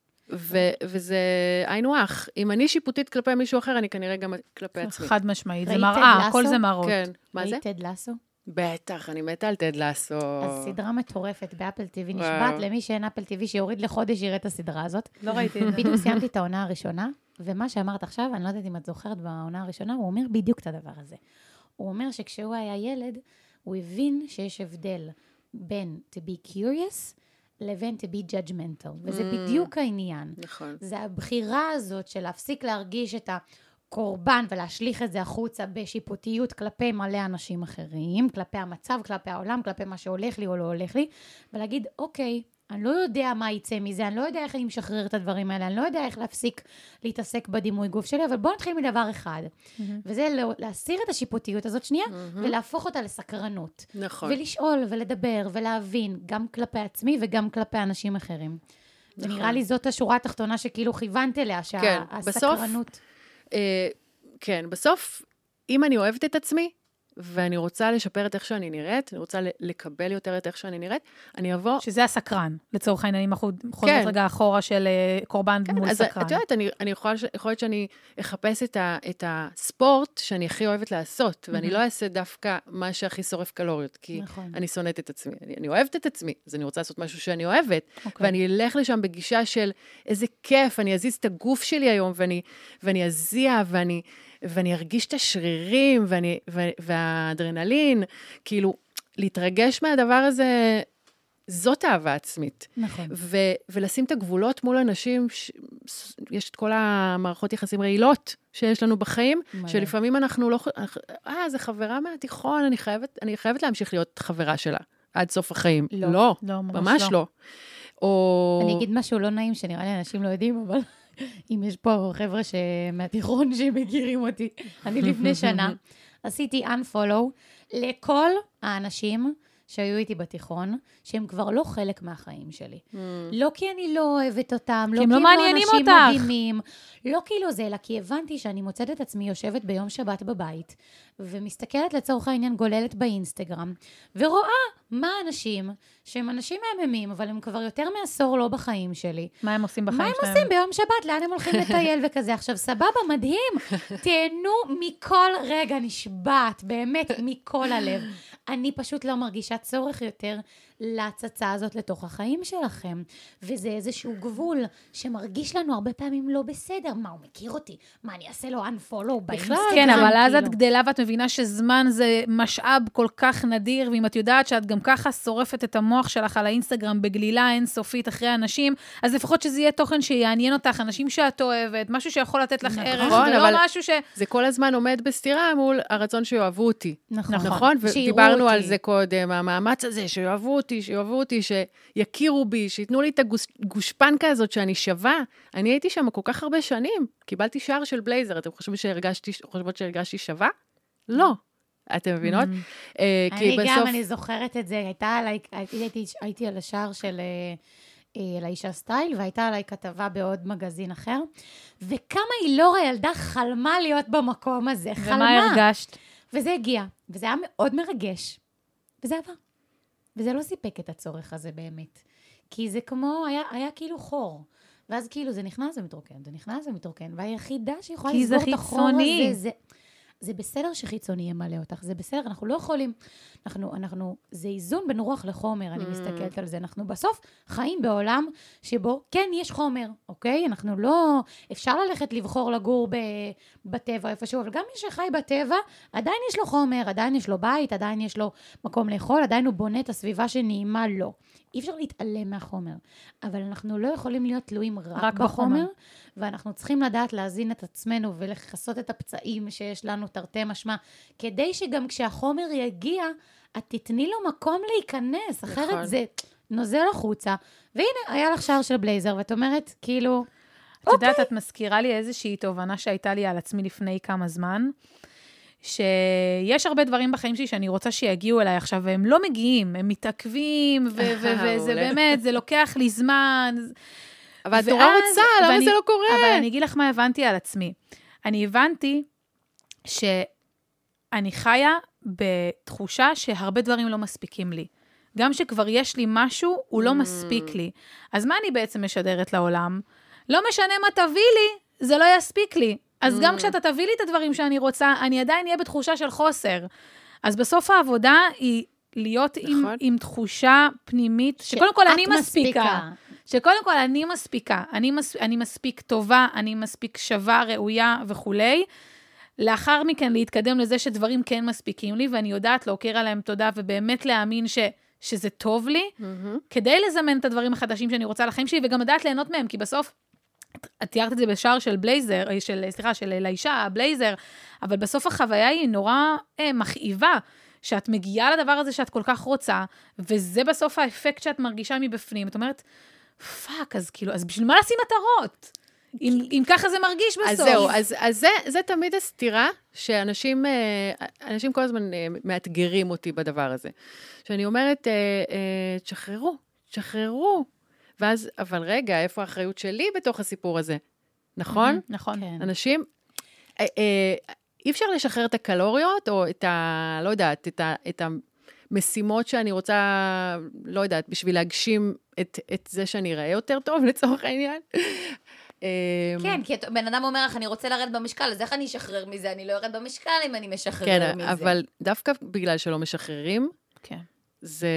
וזה היינו אח. אם אני שיפוטית כלפי מישהו אחר, אני כנראה גם כלפי עצמי. חד משמעית, זה מראה, הכל זה מראות. כן, מה זה? טד לסו? בטח, אני מתה על טד לסו. אז סדרה מטורפת באפל טיווי, נשבעת למי שאין אפל טיווי, שיוריד לחודש יראה את הסדרה הזאת. לא ראיתי את זה. בדיוק סיימתי את העונה הראשונה, ומה שאמרת עכשיו, אני לא יודעת אם את זוכרת בעונה הראשונה, הוא אומר בדיוק את הדבר הזה. הוא אומר שכשהוא היה ילד, הוא הבין שיש הבדל בין to be curious, לבין to be judgmental, וזה בדיוק העניין. נכון. זה הבחירה הזאת של להפסיק להרגיש את הקורבן, ולהשליך את זה החוצה בשיפוטיות כלפי מלא אנשים אחרים, כלפי המצב, כלפי העולם, כלפי מה שהולך לי או לא הולך לי, ולהגיד, אוקיי, אני לא יודע מה יצא מזה, אני לא יודע איך אני משחרר את הדברים האלה, אני לא יודע איך להפסיק להתעסק בדימוי גוף שלי, אבל בואו נתחיל מדבר אחד, וזה להסיר את השיפוטיות הזאת שנייה, ולהפוך אותה לסקרנות. נכון. ולשאול ולדבר ולהבין, גם כלפי עצמי וגם כלפי אנשים אחרים. ונראה לי זאת השורה התחתונה שכאילו כיוונת אליה, שהסקרנות... כן, בסוף, אם אני אוהבת את עצמי, ואני רוצה לשפר את איך שאני נראית, אני רוצה לקבל יותר את איך שאני נראית, אני אבוא... שזה הסקרן, לצורך העניין, אם אנחנו חוזרות רגע אחורה של קורבן מול סקרן. את יודעת, אני יכול להיות שאני אחפש את הספורט שאני הכי אוהבת לעשות, ואני לא אעשה דווקא מה שהכי שורף קלוריות, כי אני שונאת את עצמי. אני אוהבת את עצמי, אז אני רוצה לעשות משהו שאני אוהבת, ואני אלך לשם בגישה של איזה כיף, אני אזיז את הגוף שלי היום, ואני אזיע, ואני ארגיש את השרירים, והאדרנלין, כאילו, להתרגש מהדבר הזה, זאת אהבה עצמית. נכון. ולשים את הגבולות מול אנשים, יש את כל המערכות יחסים רעילות שיש לנו בחיים, שלפעמים אנחנו לא... זה חברה מהתיכון, אני חייבת להמשיך להיות חברה שלה, עד סוף החיים. לא, ממש לא. אני אגיד משהו לא נעים, שנראה לי אנשים לא יודעים, אבל אם יש פה חבר'ה מהתיכון שמכירים אותי, אני לפני שנה, עשיתי unfollow לכל האנשים שהיו איתי בתיכון, שהם כבר לא חלק מהחיים שלי. לא כי אני לא אוהבת אותם, לא כי הם לא אנשים מדהימים, לא כאילו זה, אלא כי הבנתי שאני מוצאת את עצמי יושבת ביום שבת בבית, ומסתכלת לצורך העניין גוללת באינסטגרם, ורואה מה אנשים, שהם אנשים מהממים, אבל הם כבר יותר מעשור לא בחיים שלי. מה הם עושים בחיים שלהם? מה הם עושים ביום שבת? לאן הם הולכים לטייל וכזה? עכשיו, סבבה, מדהים. תהנו מכל רגע, נשבעת, באמת, מכל הלב. אני פשוט לא מרגישה צורך יותר להצצה הזאת לתוך החיים שלכם. וזה איזשהו גבול שמרגיש לנו הרבה פעמים לא בסדר. מה, הוא מכיר אותי? מה, אני אעשה לו unfollow באינסטגרם? כן, אבל אז את גדלה ואת מבינה שזמן זה משאב כל כך נדיר, ואם את יודעת שאת גם ככה שורפת את המוח שלך על האינסטגרם בגלילה אינסופית אחרי אנשים, אז לפחות שזה יהיה תוכן שיעניין אותך, אנשים שאת אוהבת, משהו שיכול לתת לך ערך, ולא משהו ש... זה כל הזמן עומד בסתירה מול הרצון שיאהבו אותי. נכון. ודיברנו על זה קודם, המאמץ הזה, שיאהבו אותי, שיכירו בי, שיתנו לי את הגושפנקה הזאת שאני שווה. אני הייתי שם כל כך הרבה שנים, קיבלתי שער של בלייזר, אתם חושבות שהרגשתי שווה? לא. אתם מבינות? אני זוכרת את זה, הייתי על השער של לאישה סטייל, והייתה עליי כתבה בעוד מגזין אחר, וכמה אילורה ילדה חלמה להיות במקום הזה, חלמה. ומה הרגשת? וזה הגיע, וזה היה מאוד מרגש, וזה עבר. וזה לא סיפק את הצורך הזה באמת, כי זה כמו, היה כאילו חור, ואז כאילו זה נכנס ומתרוקן, זה נכנס ומתרוקן, והיחידה שיכולה לסגור את החור הזה, זה בסדר שחיצוני ימלא אותך, זה בסדר, אנחנו לא יכולים, זה איזון בין רוח לחומר, אני מסתכלת על זה, אנחנו בסוף חיים בעולם שבו, כן, יש חומר, אוקיי? אנחנו לא, אפשר ללכת לבחור לגור בטבע איפשהו, אבל גם מי שחי בטבע, עדיין יש לו חומר, עדיין יש לו בית, עדיין יש לו מקום לאכול, עדיין הוא בונה את הסביבה שנעימה לו. אי אפשר להתעלם מהחומר, אבל אנחנו לא יכולים להיות תלויים רק בחומר, ואנחנו צריכים לדעת להזין את עצמנו ולחסות את הפצעים שיש לנו תרתי משמע, כדי שגם כשהחומר יגיע, את תתני לו מקום להיכנס, אחרת זה נוזל החוצה. והנה, היה לך שער של בלייזר, ואת אומרת, כאילו, את יודעת, את מזכירה לי איזושהי תובנה שהייתה לי על עצמי לפני כמה זמן, שיש הרבה דברים בחיים שלי שאני רוצה שיגיעו אליי עכשיו, והם לא מגיעים, הם מתעכבים, וזה באמת, זה לוקח לי זמן. אבל את נורא רוצה, למה זה לא קורה? אבל אני אגיד לך מה הבנתי על עצמי. אני הבנתי שאני חיה בתחושה שהרבה דברים לא מספיקים לי. גם שכבר יש לי משהו, הוא לא מספיק לי. אז מה אני בעצם משדרת לעולם? לא משנה מה תביא לי, זה לא יספיק לי. אז גם כשאתה תביא לי את הדברים שאני רוצה, אני עדיין אהיה בתחושה של חוסר. אז בסוף העבודה היא להיות עם תחושה פנימית, שקודם כל אני מספיקה. שקודם כל אני מספיקה. אני מספיק טובה, אני מספיק שווה, ראויה וכולי. לאחר מכן להתקדם לזה שדברים כן מספיקים לי, ואני יודעת להוקיר עליהם תודה, ובאמת להאמין שזה טוב לי, כדי לזמן את הדברים החדשים שאני רוצה לחיים שלי, וגם לדעת ליהנות מהם, כי בסוף, את תיארת את זה בשער של בלייזר, של לאישה, הבלייזר, אבל בסוף החוויה היא נורא מכאיבה, שאת מגיעה לדבר הזה שאת כל כך רוצה, וזה בסוף האפקט שאת מרגישה מבפנים. את אומרת, פאק, אז כאילו, אז בשביל מה לשים מטרות? אם ככה זה מרגיש בסוף. אז זהו, אז זה תמיד הסתירה, שאנשים כל הזמן מאתגרים אותי בדבר הזה. שאני אומרת, תשחררו. ואז, אבל רגע, איפה האחריות שלי בתוך הסיפור הזה? נכון? נכון. אנשים, אי אפשר לשחרר את הקלוריות, או לא יודעת, את המשימות שאני רוצה, לא יודעת, בשביל להגשים את זה שאני אראה יותר טוב, לצורך העניין. כן, כי בן אדם אומר לך, אני רוצה לרדת במשקל, אז איך אני אשחרר מזה? אני לא ארד במשקל אם אני משחרר מזה. כן, אבל דווקא בגלל שלא משחררים, זה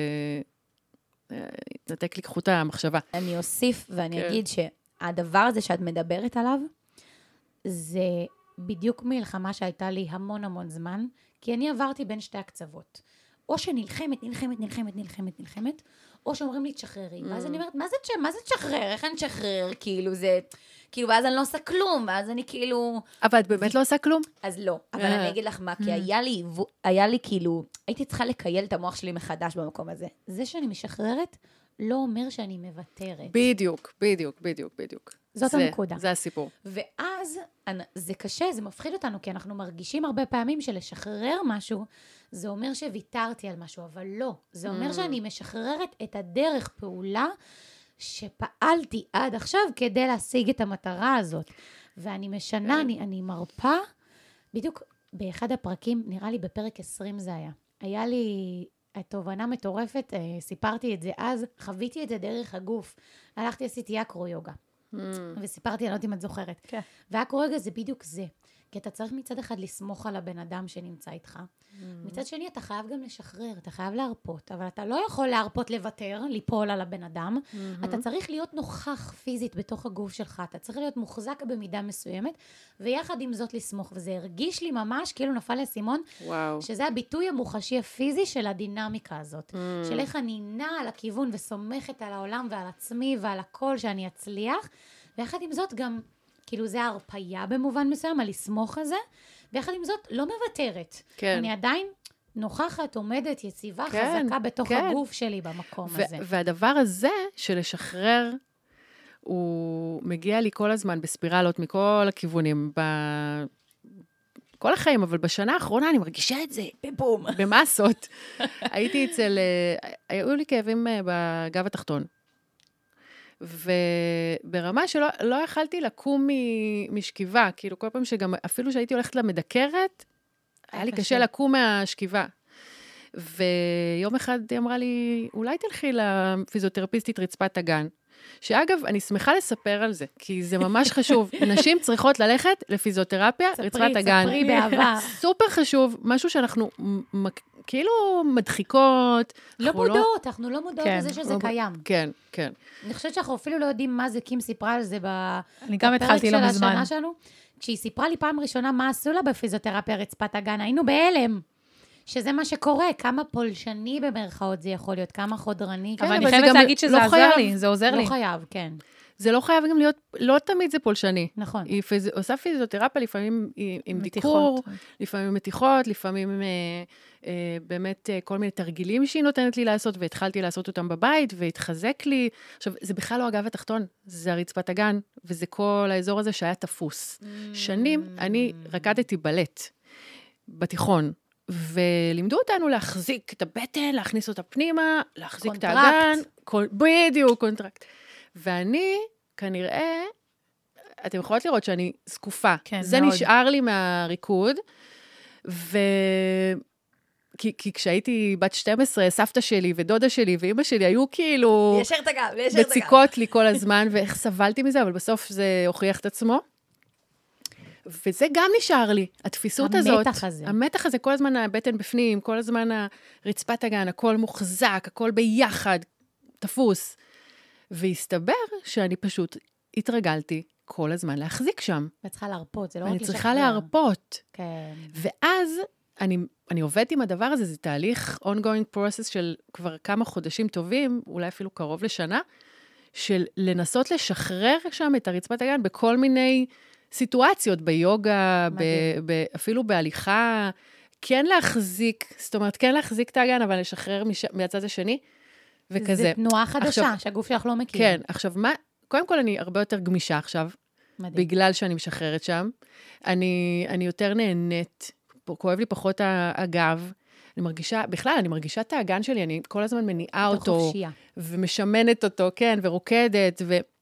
נתק לי קחו את המחשבה. אני אוסיף ואני אגיד שהדבר הזה שאת מדברת עליו, זה בדיוק מלחמה שהייתה לי המון המון זמן, כי אני עברתי בין שתי הקצוות. או שנלחמת, או שאומרים לי, תשחררי. ואז אני אומרת, מה זה תשחרר? איך אני תשחרר? כאילו, זה... כאילו, ואז אני לא עושה כלום, ואז אני כאילו... אבל את באמת לא עושה כלום? אז לא. אבל אני אגיד לך מה, כי היה לי כאילו... הייתי צריכה לקייל את המוח שלי מחדש במקום הזה. זה שאני משחררת, לא אומר שאני מוותרת. בדיוק. זאת הנקודה. זה הסיפור. ואז זה קשה, זה מפחיד אותנו, כי אנחנו מרגישים הרבה פעמים שלשחרר משהו, זה אומר שוויתרתי על משהו, אבל לא. זה אומר שאני משחררת את הדרך פעולה שפעלתי עד עכשיו כדי להשיג את המטרה הזאת. ואני משנה, אני מרפה, בדיוק באחד הפרקים, נראה לי בפרק 20 זה היה. היה לי תובנה מטורפת, סיפרתי את זה אז, חוויתי את זה דרך הגוף. הלכתי, עשיתי אקרו-יוגה. וסיפרתי, אני לא יודעת אם את זוכרת. כן. והאקרו-יוגה זה בדיוק זה. כי אתה צריך מצד אחד לסמוך על הבן אדם שנמצא איתך. מצד שני, אתה חייב גם לשחרר, אתה חייב להרפות, אבל אתה לא יכול להרפות לוותר, ליפול על הבן אדם. אתה צריך להיות נוכח פיזית בתוך הגוף שלך, אתה צריך להיות מוחזק במידה מסוימת, ויחד עם זאת לסמוך. וזה הרגיש לי ממש, כאילו נפל לסימון, שזה הביטוי המוחשי הפיזי של הדינמיקה הזאת. של איך אני נעה על הכיוון וסומכת על העולם ועל עצמי ועל הכל שאני אצליח, ויחד עם זאת גם... כאילו זה הרפאיה במובן מסוים, על לסמוך על זה, ויחד עם זאת לא מוותרת. כן. אני עדיין נוכחת, עומדת, יציבה, כן, חזקה בתוך כן. הגוף שלי במקום הזה. והדבר הזה של לשחרר, הוא מגיע לי כל הזמן בספירלות מכל הכיוונים, כל החיים, אבל בשנה האחרונה אני מרגישה את זה, בבום, במסות. הייתי אצל, היו לי כאבים בגב התחתון. וברמה שלא יכלתי לקום משכיבה, כאילו כל פעם שגם, אפילו שהייתי הולכת למדקרת, היה לי קשה לקום מהשכיבה. ויום אחד היא אמרה לי, אולי תלכי לפיזיותרפיסטית רצפת הגן. שאגב, אני שמחה לספר על זה, כי זה ממש חשוב. נשים צריכות ללכת לפיזיותרפיה, רצפת הגן. ספרי באהבה. סופר חשוב, משהו שאנחנו כאילו מדחיקות. לא מודעות, אנחנו לא מודעות לזה שזה קיים. כן, כן. אני חושבת שאנחנו אפילו לא יודעים מה זה, קים סיפרה על זה בפרק של השנה שלנו. כשהיא סיפרה לי פעם ראשונה מה עשו לה בפיזיותרפיה רצפת הגן, היינו בהלם. שזה מה שקורה, כמה פולשני במרכאות זה יכול להיות, כמה חודרני. אבל אני חייבת להגיד שזה עוזר לי, זה עוזר לי. לא חייב, כן. זה לא חייב גם להיות, לא תמיד זה פולשני. נכון. היא עושה פיזיותרפיה, לפעמים עם דיקור, לפעמים מתיחות, לפעמים באמת כל מיני תרגילים שהיא נותנת לי לעשות, והתחלתי לעשות אותם בבית, והתחזק לי. עכשיו, זה בכלל לא הגב התחתון, זה הרצפת הגן, וזה כל האזור הזה שהיה תפוס. שנים אני רקדתי בלט, בתיכון, ולימדו אותנו להחזיק את הבטן, להכניס אותה פנימה, להחזיק את האגן. בדיוק, קונטרקט. ואני, כנראה, אתם יכולות לראות שאני זקופה. כן, זה מאוד. נשאר לי מהריקוד, כי כשהייתי בת 12, סבתא שלי ודודה שלי ואמא שלי היו כאילו... ישר את הגב, בציקות לי כל הזמן, ואיך סבלתי מזה, אבל בסוף זה הוכיח את עצמו. וזה גם נשאר לי, התפיסות הזאת. המתח הזה. המתח הזה, כל הזמן הבטן בפנים, כל הזמן הרצפת הגן, הכל מוחזק, הכל ביחד, תפוס. והסתבר שאני פשוט התרגלתי כל הזמן להחזיק שם. וצריכה להרפות, זה לא רק לשחרר. אני צריכה להרפות. כן. ואז אני עובדת עם הדבר הזה, זה תהליך ongoing process של כבר כמה חודשים טובים, אולי אפילו קרוב לשנה, של לנסות לשחרר שם את הרצפת הגן בכל מיני סיטואציות, ביוגה, אפילו בהליכה, כן להחזיק, זאת אומרת, כן להחזיק את הגן, אבל לשחרר מהצד השני, וכזה. זה תנועה חדשה, שהגוף שלך לא מכיר. כן, עכשיו מה, קודם כל אני הרבה יותר גמישה עכשיו, בגלל שאני משחררת שם. אני יותר נהנית, כואב לי פחות הגב, אני מרגישה, בכלל, אני מרגישה את האגן שלי, אני כל הזמן מניעה אותו, ומשמנת אותו, כן, ורוקדת,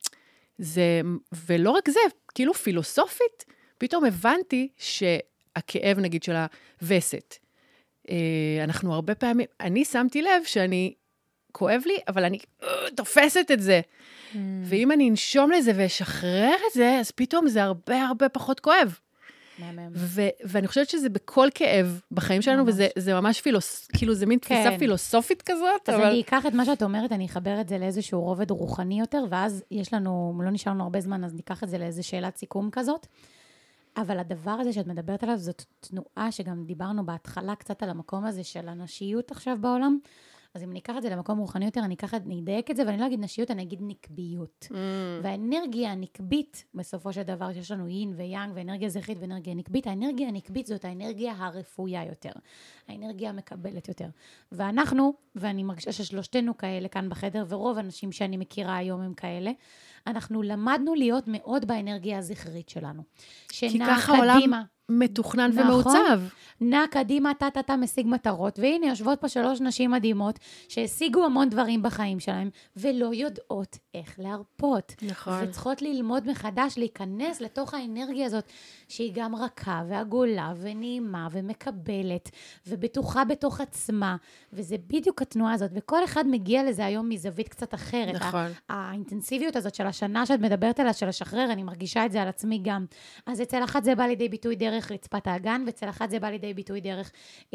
ולא רק זה, כאילו פילוסופית, פתאום הבנתי שהכאב, נגיד, של הווסת, אנחנו הרבה פעמים, אני שמתי לב שאני, כואב לי, אבל אני תופסת את זה. ואם אני אנשום לזה ואשחרר את זה, אז פתאום זה הרבה הרבה פחות כואב. ואני חושבת שזה בכל כאב בחיים שלנו, וזה ממש כאילו זה מין תפיסה פילוסופית כזאת. אז אני אקח את מה שאת אומרת, אני אחבר את זה לאיזשהו רובד רוחני יותר, ואז יש לנו, לא נשאר לנו הרבה זמן, אז ניקח את זה לאיזו שאלת סיכום כזאת. אבל הדבר הזה שאת מדברת עליו, זאת תנועה שגם דיברנו בהתחלה קצת על המקום הזה של הנשיות עכשיו בעולם, אז אם ניקח את זה למקום רוחני יותר, אני אדייק את זה, ואני לא אגיד נשיות, אני אגיד נקביות. והאנרגיה הנקבית, בסופו של דבר, שיש לנו יין ויאנג, ואנרגיה זכרית ואנרגיה נקבית, האנרגיה הנקבית זאת האנרגיה הרפויה יותר. האנרגיה המקבלת יותר. ואנחנו, ואני מרגישה ששלושתנו כאלה כאן בחדר, ורוב האנשים שאני מכירה היום הם כאלה, אנחנו למדנו להיות מאוד באנרגיה הזכרית שלנו. כי ככה העולם מתוכנן ומעוצב. נע קדימה, אתה משיג מטרות, והנה יושבות פה 3 נשים מדהימות, שהשיגו המון דברים בחיים שלהם, ולא יודעות איך להרפות. נכון. וצריכות ללמוד מחדש, להיכנס לתוך האנרגיה הזאת, שהיא גם רכה, ועגולה, ונעימה, ומקבלת, ובטוחה בתוך עצמה, וזה בדיוק התנועה הזאת, וכל אחד מגיע לזה היום מזווית קצת אחרת. נכון. האינטנסיביות הזאת של השנה שאת מדברת עליה, של לשחרר, אני מרגישה את זה על עצמי גם. אז אצל אחת זה בא לידי ביטוי דרך רצפת האגן, ואצל אחת זה בא לידי ביטוי דרך,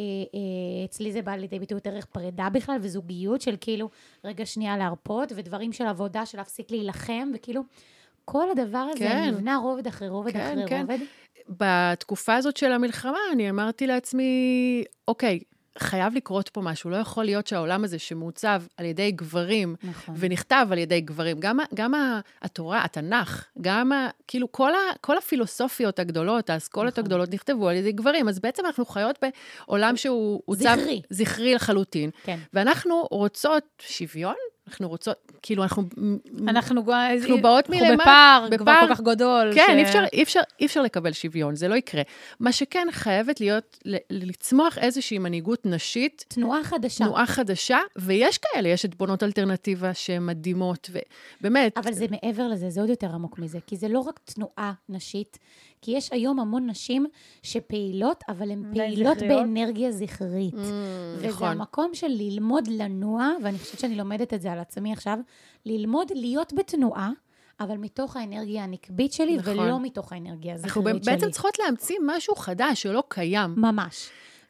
אצלי זה בא לידי ביטוי דרך פרידה בכלל, וזוגיות של כאילו, רגע שנייה להרפות, ודברים של עבודה, של להפסיק להילחם, וכאילו, כל הדבר הזה נבנה רובד אחרי רובד אחרי רובד. בתקופה הזאת של המלחמה, אני אמרתי לעצמי, אוקיי, חייב לקרות פה משהו, לא יכול להיות שהעולם הזה שמעוצב על ידי גברים, נכון. ונכתב על ידי גברים, גם התורה, התנ"ך, גם כאילו כל הפילוסופיות הגדולות, האסכולות נכון. הגדולות נכתבו על ידי גברים, אז בעצם אנחנו חיות בעולם שהוא זכרי לחלוטין, כן. ואנחנו רוצות שוויון, אנחנו רוצות, כאילו אנחנו באות מלמעלה, בפער כל כך גדול. כן, אי אפשר לקבל שוויון, זה לא יקרה. מה שכן חייבת להיות, לצמוח איזושהי מנהיגות נשית. תנועה חדשה, ויש כאלה, יש את בונות אלטרנטיבה שהן מדהימות, ובאמת. אבל זה מעבר לזה, זה עוד יותר עמוק מזה, כי זה לא רק תנועה נשית, כי יש היום המון נשים שפעילות, אבל הן פעילות באנרגיה זכרית. וזה המקום של ללמוד לנוע, ואני חושבת שאני לומדת את זה על עצמי עכשיו, ללמוד להיות בתנועה, אבל מתוך האנרגיה הנקבית שלי, ולא מתוך האנרגיה הזכרית שלי. אנחנו בעצם צריכות להמציא משהו חדש שלא קיים. ממש.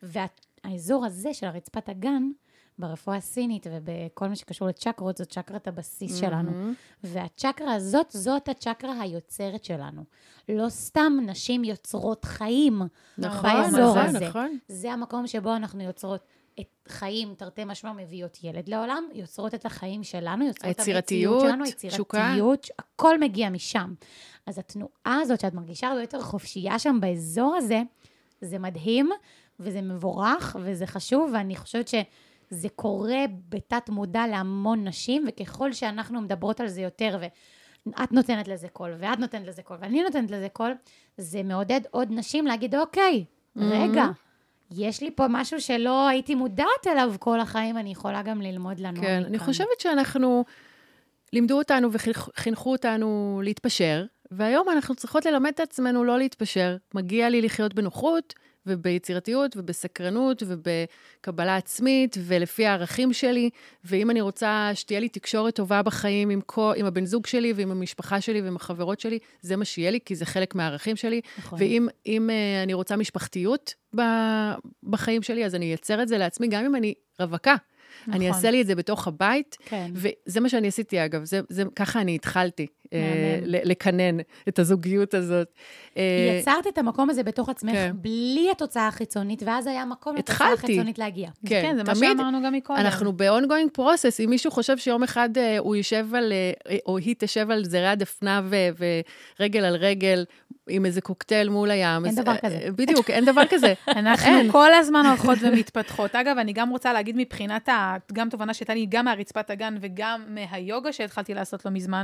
והאזור הזה של הרצפת הגן, ברפואה הסינית ובכל מה שקשור לצ'קרות, זאת צ'קרת הבסיס שלנו. והצ'קרה הזאת, זאת הצ'קרה היוצרת שלנו. לא סתם נשים יוצרות חיים באזור הזה. זה המקום שבו אנחנו יוצרות את חיים, תרתי משמע מביאות ילד לעולם, יוצרות את החיים שלנו, יוצרות את המציאות שלנו, היצירתיות, הכל מגיע משם. אז התנועה הזאת שאת מרגישה הרבה יותר חופשייה שם באזור הזה, זה מדהים, וזה מבורך, וזה חשוב, ואני חושבת שזה קורה בתת מודע להמון נשים, וככל שאנחנו מדברות על זה יותר, ואת נותנת לזה קול, ואת נותנת לזה קול, ואני נותנת לזה קול, זה מעודד עוד נשים להגיד, אוקיי, רגע, יש לי פה משהו שלא הייתי מודעת אליו כל החיים, אני יכולה גם ללמוד לנו. כן, אני חושבת שאנחנו, לימדו אותנו וחינכו אותנו להתפשר, והיום אנחנו צריכות ללמד את עצמנו לא להתפשר. מגיע לי לחיות בנוחות, וביצירתיות, ובסקרנות, ובקבלה עצמית, ולפי הערכים שלי, ואם אני רוצה שתהיה לי תקשורת טובה בחיים עם הבן זוג שלי, ועם המשפחה שלי, ועם החברות שלי, זה מה שיהיה לי, כי זה חלק מהערכים שלי. נכון. ואם אני רוצה משפחתיות בחיים שלי, אז אני אייצר את זה לעצמי, גם אם אני רווקה. נכון. אני אעשה לי את זה בתוך הבית, כן. וזה מה שאני עשיתי, אגב, ככה אני התחלתי לקנן את הזוגיות הזאת. יצרת את המקום הזה בתוך עצמך, כן. בלי התוצאה החיצונית, ואז היה מקום לתוצאה החיצונית להגיע. כן, כן, זה מה שאמרנו גם מקודם. אנחנו ב-ongoing process, אם מישהו חושב שיום אחד הוא יישב או היא תשב על זרי הדפנה ורגל על רגל, עם איזה קוקטייל מול הים. אין דבר כזה. בדיוק, אין דבר כזה. אנחנו כל הזמן הולכות ומתפתחות. אגב, אני גם רוצה להגיד מבחינת, גם תובנה שהייתה לי גם מהרצפת הגן, וגם מהיוגה שהתחלתי לעשות לא מזמן,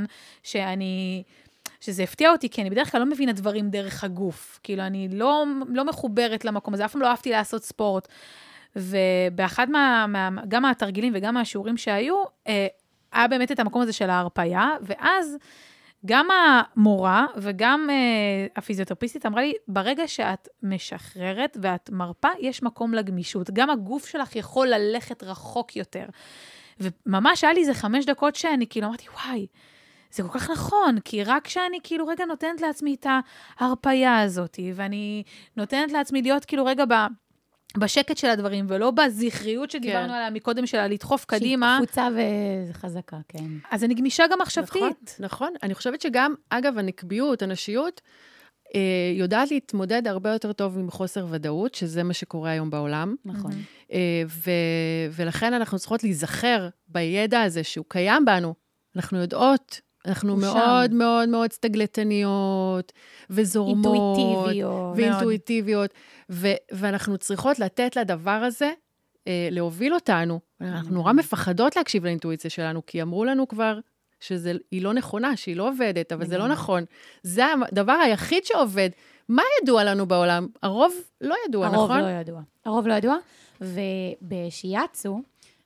שזה הפתיע אותי, כי אני בדרך כלל לא מבינה דברים דרך הגוף. כאילו, אני לא מחוברת למקום הזה, אף פעם לא אהבתי לעשות ספורט. ובאחד גם מהתרגילים וגם מהשיעורים שהיו, היה באמת את המקום הזה של ההרפאיה, ואז גם המורה וגם הפיזיותרפיסטית אמרה לי, ברגע שאת משחררת ואת מרפה, יש מקום לגמישות. גם הגוף שלך יכול ללכת רחוק יותר. וממש היה לי איזה 5 דקות שאני כאילו אמרתי, וואי, זה כל כך נכון, כי רק שאני כאילו רגע נותנת לעצמי את ההרפאיה הזאת, ואני נותנת לעצמי להיות כאילו רגע בשקט של הדברים, ולא בזכריות שדיברנו עליה מקודם שלה, לדחוף קדימה. שהיא קפוצה וחזקה, כן. אז אני גמישה גם מחשבתית. נכון. אני חושבת שגם, אגב, הנקביות, הנשיות, יודעת להתמודד הרבה יותר טוב עם חוסר ודאות, שזה מה שקורה היום בעולם. נכון. ולכן אנחנו צריכות להיזכר בידע הזה שהוא קיים בנו. אנחנו יודעות, אנחנו מאוד מאוד מאוד סטגלטניות, וזורמות, ואינטואיטיביות, ואנחנו צריכות לתת לדבר הזה, להוביל אותנו. אנחנו נורא מפחדות להקשיב לאינטואיציה שלנו, כי אמרו לנו כבר שהיא לא נכונה, שהיא לא עובדת, אבל זה לא נכון. זה הדבר היחיד שעובד. מה ידוע לנו בעולם? הרוב לא ידוע, נכון? הרוב לא ידוע. הרוב לא ידוע, ובשיאצו,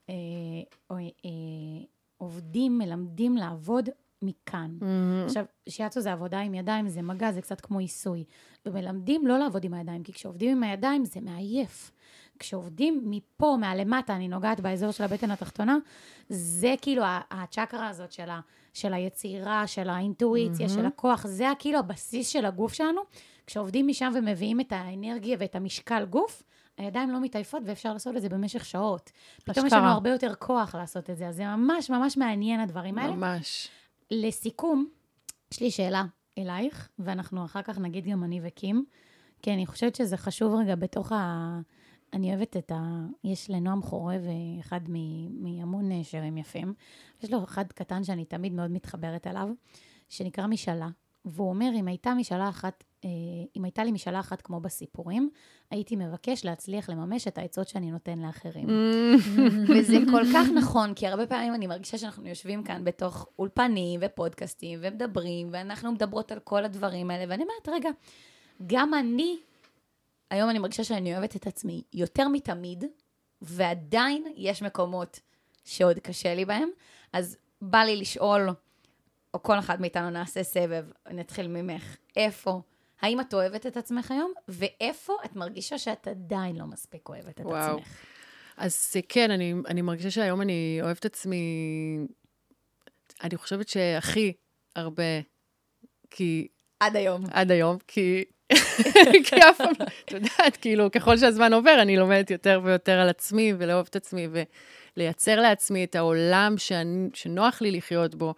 עובדים, מלמדים לעבוד מכאן. עכשיו, שיאצו זה עבודה עם ידיים, זה מגע, זה קצת כמו עיסוי. ומלמדים לא לעבוד עם הידיים, כי כשעובדים עם הידיים זה מעייף. כשעובדים מפה, מהלמטה, אני נוגעת באזור של הבטן התחתונה, זה כאילו הצ'קרה הזאת של היצירה, של האינטואיציה, של הכוח, זה כאילו הבסיס של הגוף שלנו. כשעובדים משם ומביאים את האנרגיה ואת המשקל גוף, הידיים לא מתעייפות ואפשר לעשות את זה במשך שעות. פתאום יש לנו הרבה יותר כוח לעשות את זה, אז זה ממש ממש מעניין הדברים האלה. ממש. לסיכום, יש לי שאלה אלייך, ואנחנו אחר כך נגיד גם אני וקים, כי אני חושבת שזה חשוב רגע בתוך אני אוהבת יש לנועם חורב אחד מהמון שירים יפים, יש לו אחד קטן שאני תמיד מאוד מתחברת אליו, שנקרא משאלה, והוא אומר, אם הייתה לי משאלה אחת כמו בסיפורים, הייתי מבקש להצליח לממש את העצות שאני נותן לאחרים. וזה כל כך נכון, כי הרבה פעמים אני מרגישה שאנחנו יושבים כאן בתוך אולפנים ופודקאסטים ומדברים, ואנחנו מדברות על כל הדברים האלה, ואני אומרת, רגע, גם היום אני מרגישה שאני אוהבת את עצמי יותר מתמיד, ועדיין יש מקומות שעוד קשה לי בהם, אז בא לי לשאול, או כל אחד מאיתנו נעשה סבב, נתחיל ממך, האם את אוהבת את עצמך היום, ואיפה את מרגישה שאת עדיין לא מספיק אוהבת את עצמך? אז כן, אני מרגישה שהיום אני אוהבת את עצמי, אני חושבת שהכי הרבה, כי... עד היום, כי אף פעם, את יודעת, כאילו, ככל שהזמן עובר, אני לומדת יותר ויותר על עצמי, ולאהוב את עצמי, ולייצר לעצמי את העולם שנוח לי לחיות בו.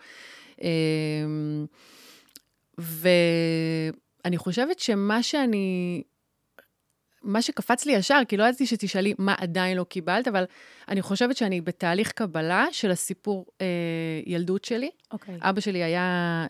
ואני חושבת מה שקפץ לי ישר, כי לא ידעתי שתשאלי מה עדיין לא קיבלת, אבל אני חושבת שאני בתהליך קבלה של הסיפור ילדות שלי. אוקיי. אבא שלי היה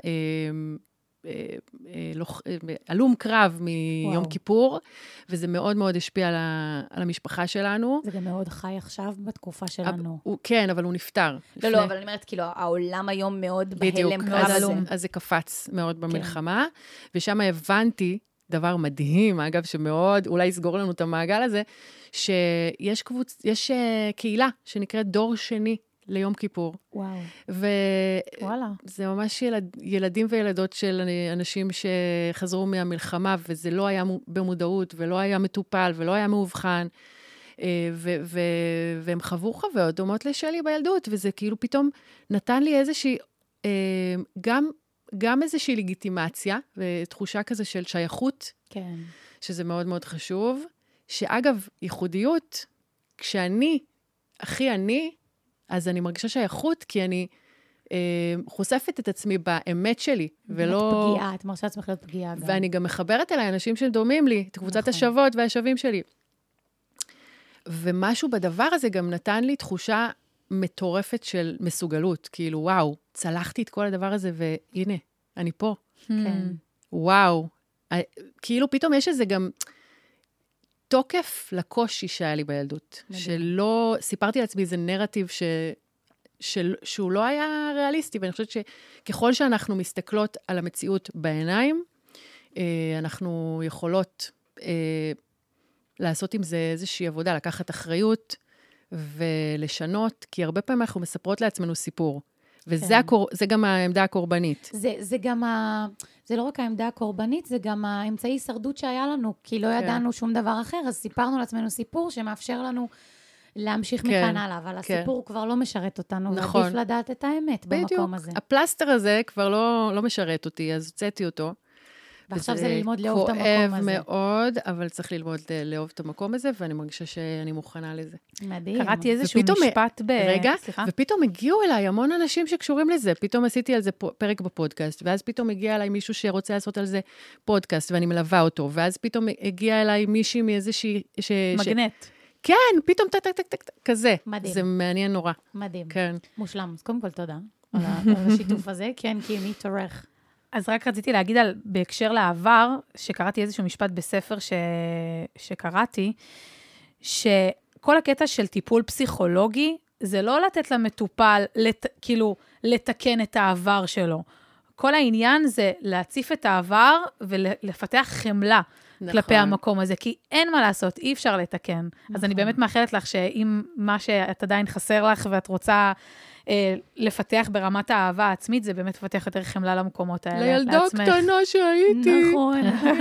הלום קרב מיום כיפור, וזה מאוד מאוד השפיע על המשפחה שלנו. זה גם מאוד חי עכשיו בתקופה שלנו. כן, אבל הוא נפטר. לא, אבל אני אומרת, כאילו, העולם היום מאוד בהלם קרב הזה. אז זה קפץ מאוד במלחמה, ושם הבנתי דבר מדהים, אגב, שמאוד, אולי יסגור לנו את המעגל הזה, שיש קהילה שנקראת דור שני ליום כיפור. וואו. וזה ממש ילדים וילדות של אנשים שחזרו מהמלחמה, וזה לא היה במודעות, ולא היה מטופל, ולא היה מאובחן, והם חוו חוויות דומות לשלי בילדות, וזה כאילו פתאום נתן לי איזושהי, גם איזושהי לגיטימציה, ותחושה כזה של שייכות, כן. שזה מאוד מאוד חשוב, שאגב, ייחודיות, כשאני, אז אני מרגישה שייכות, כי אני חושפת את עצמי באמת שלי, ולא... את פגיעה, את מרשה עצמך להיות פגיעה. ואני גם מחברת אליי אנשים שדומים לי, את קבוצת השוות והשווים שלי. ומשהו בדבר הזה גם נתן לי תחושה מטורפת של מסוגלות, כאילו, וואו, צלחתי את כל הדבר הזה, והנה, אני פה. כן. וואו. כאילו, פתאום יש איזה גם תוקף לקושי שהיה לי בילדות. שלא, סיפרתי לעצמי איזה נרטיב שהוא לא היה ריאליסטי, ואני חושבת שככל שאנחנו מסתכלות על המציאות בעיניים, אנחנו יכולות לעשות עם זה איזושהי עבודה, לקחת אחריות ולשנות, כי הרבה פעמים אנחנו מספרות לעצמנו סיפור, וזה זה גם העמדה הקורבנית. זה לא רק העמדה הקורבנית, זה גם האמצעי הישרדות שהיה לנו, כי לא ידענו שום דבר אחר, אז סיפרנו לעצמנו סיפור שמאפשר לנו להמשיך מכאן הלאה, אבל הסיפור כבר לא משרת אותנו, ועדיף לדעת את האמת במקום הזה. הפלסטר הזה כבר לא משרת אותי, אז הוצאתי אותו, ועכשיו זה ללמוד לאהוב את המקום הזה. כואב מאוד, אבל צריך ללמוד לאהוב את המקום הזה, ואני מרגישה שאני מוכנה לזה. מדהים. קראתי איזשהו משפט רגע, ופתאום הגיעו אליי המון אנשים שקשורים לזה. פתאום עשיתי על זה פרק בפודקאסט, ואז פתאום הגיע אליי מישהו שרוצה לעשות על זה פודקאסט, ואני מלווה אותו, ואז פתאום הגיע אליי מישהי מאיזושהי... מגנט. כן, פתאום טק, כזה. מדהים. זה מעניין נורא. מדהים. כן. מושלם. אז קודם כל תודה על השיתוף הזה. כן, כי אני תורך. אז רק רציתי להגיד בהקשר לעבר, שקראתי איזשהו משפט בספר שקראתי, שכל הקטע של טיפול פסיכולוגי, זה לא לתת למטופל, כאילו, לתקן את העבר שלו. כל העניין זה להציף את העבר ולפתח חמלה כלפי המקום הזה, כי אין מה לעשות, אי אפשר לתקן. אז אני באמת מאחלת לך שאם מה שאת עדיין חסר לך ואת רוצה לפתח ברמת האהבה העצמית, זה באמת לפתח יותר חמלה למקומות האלה. לילדה קטנה שהייתי. נכון.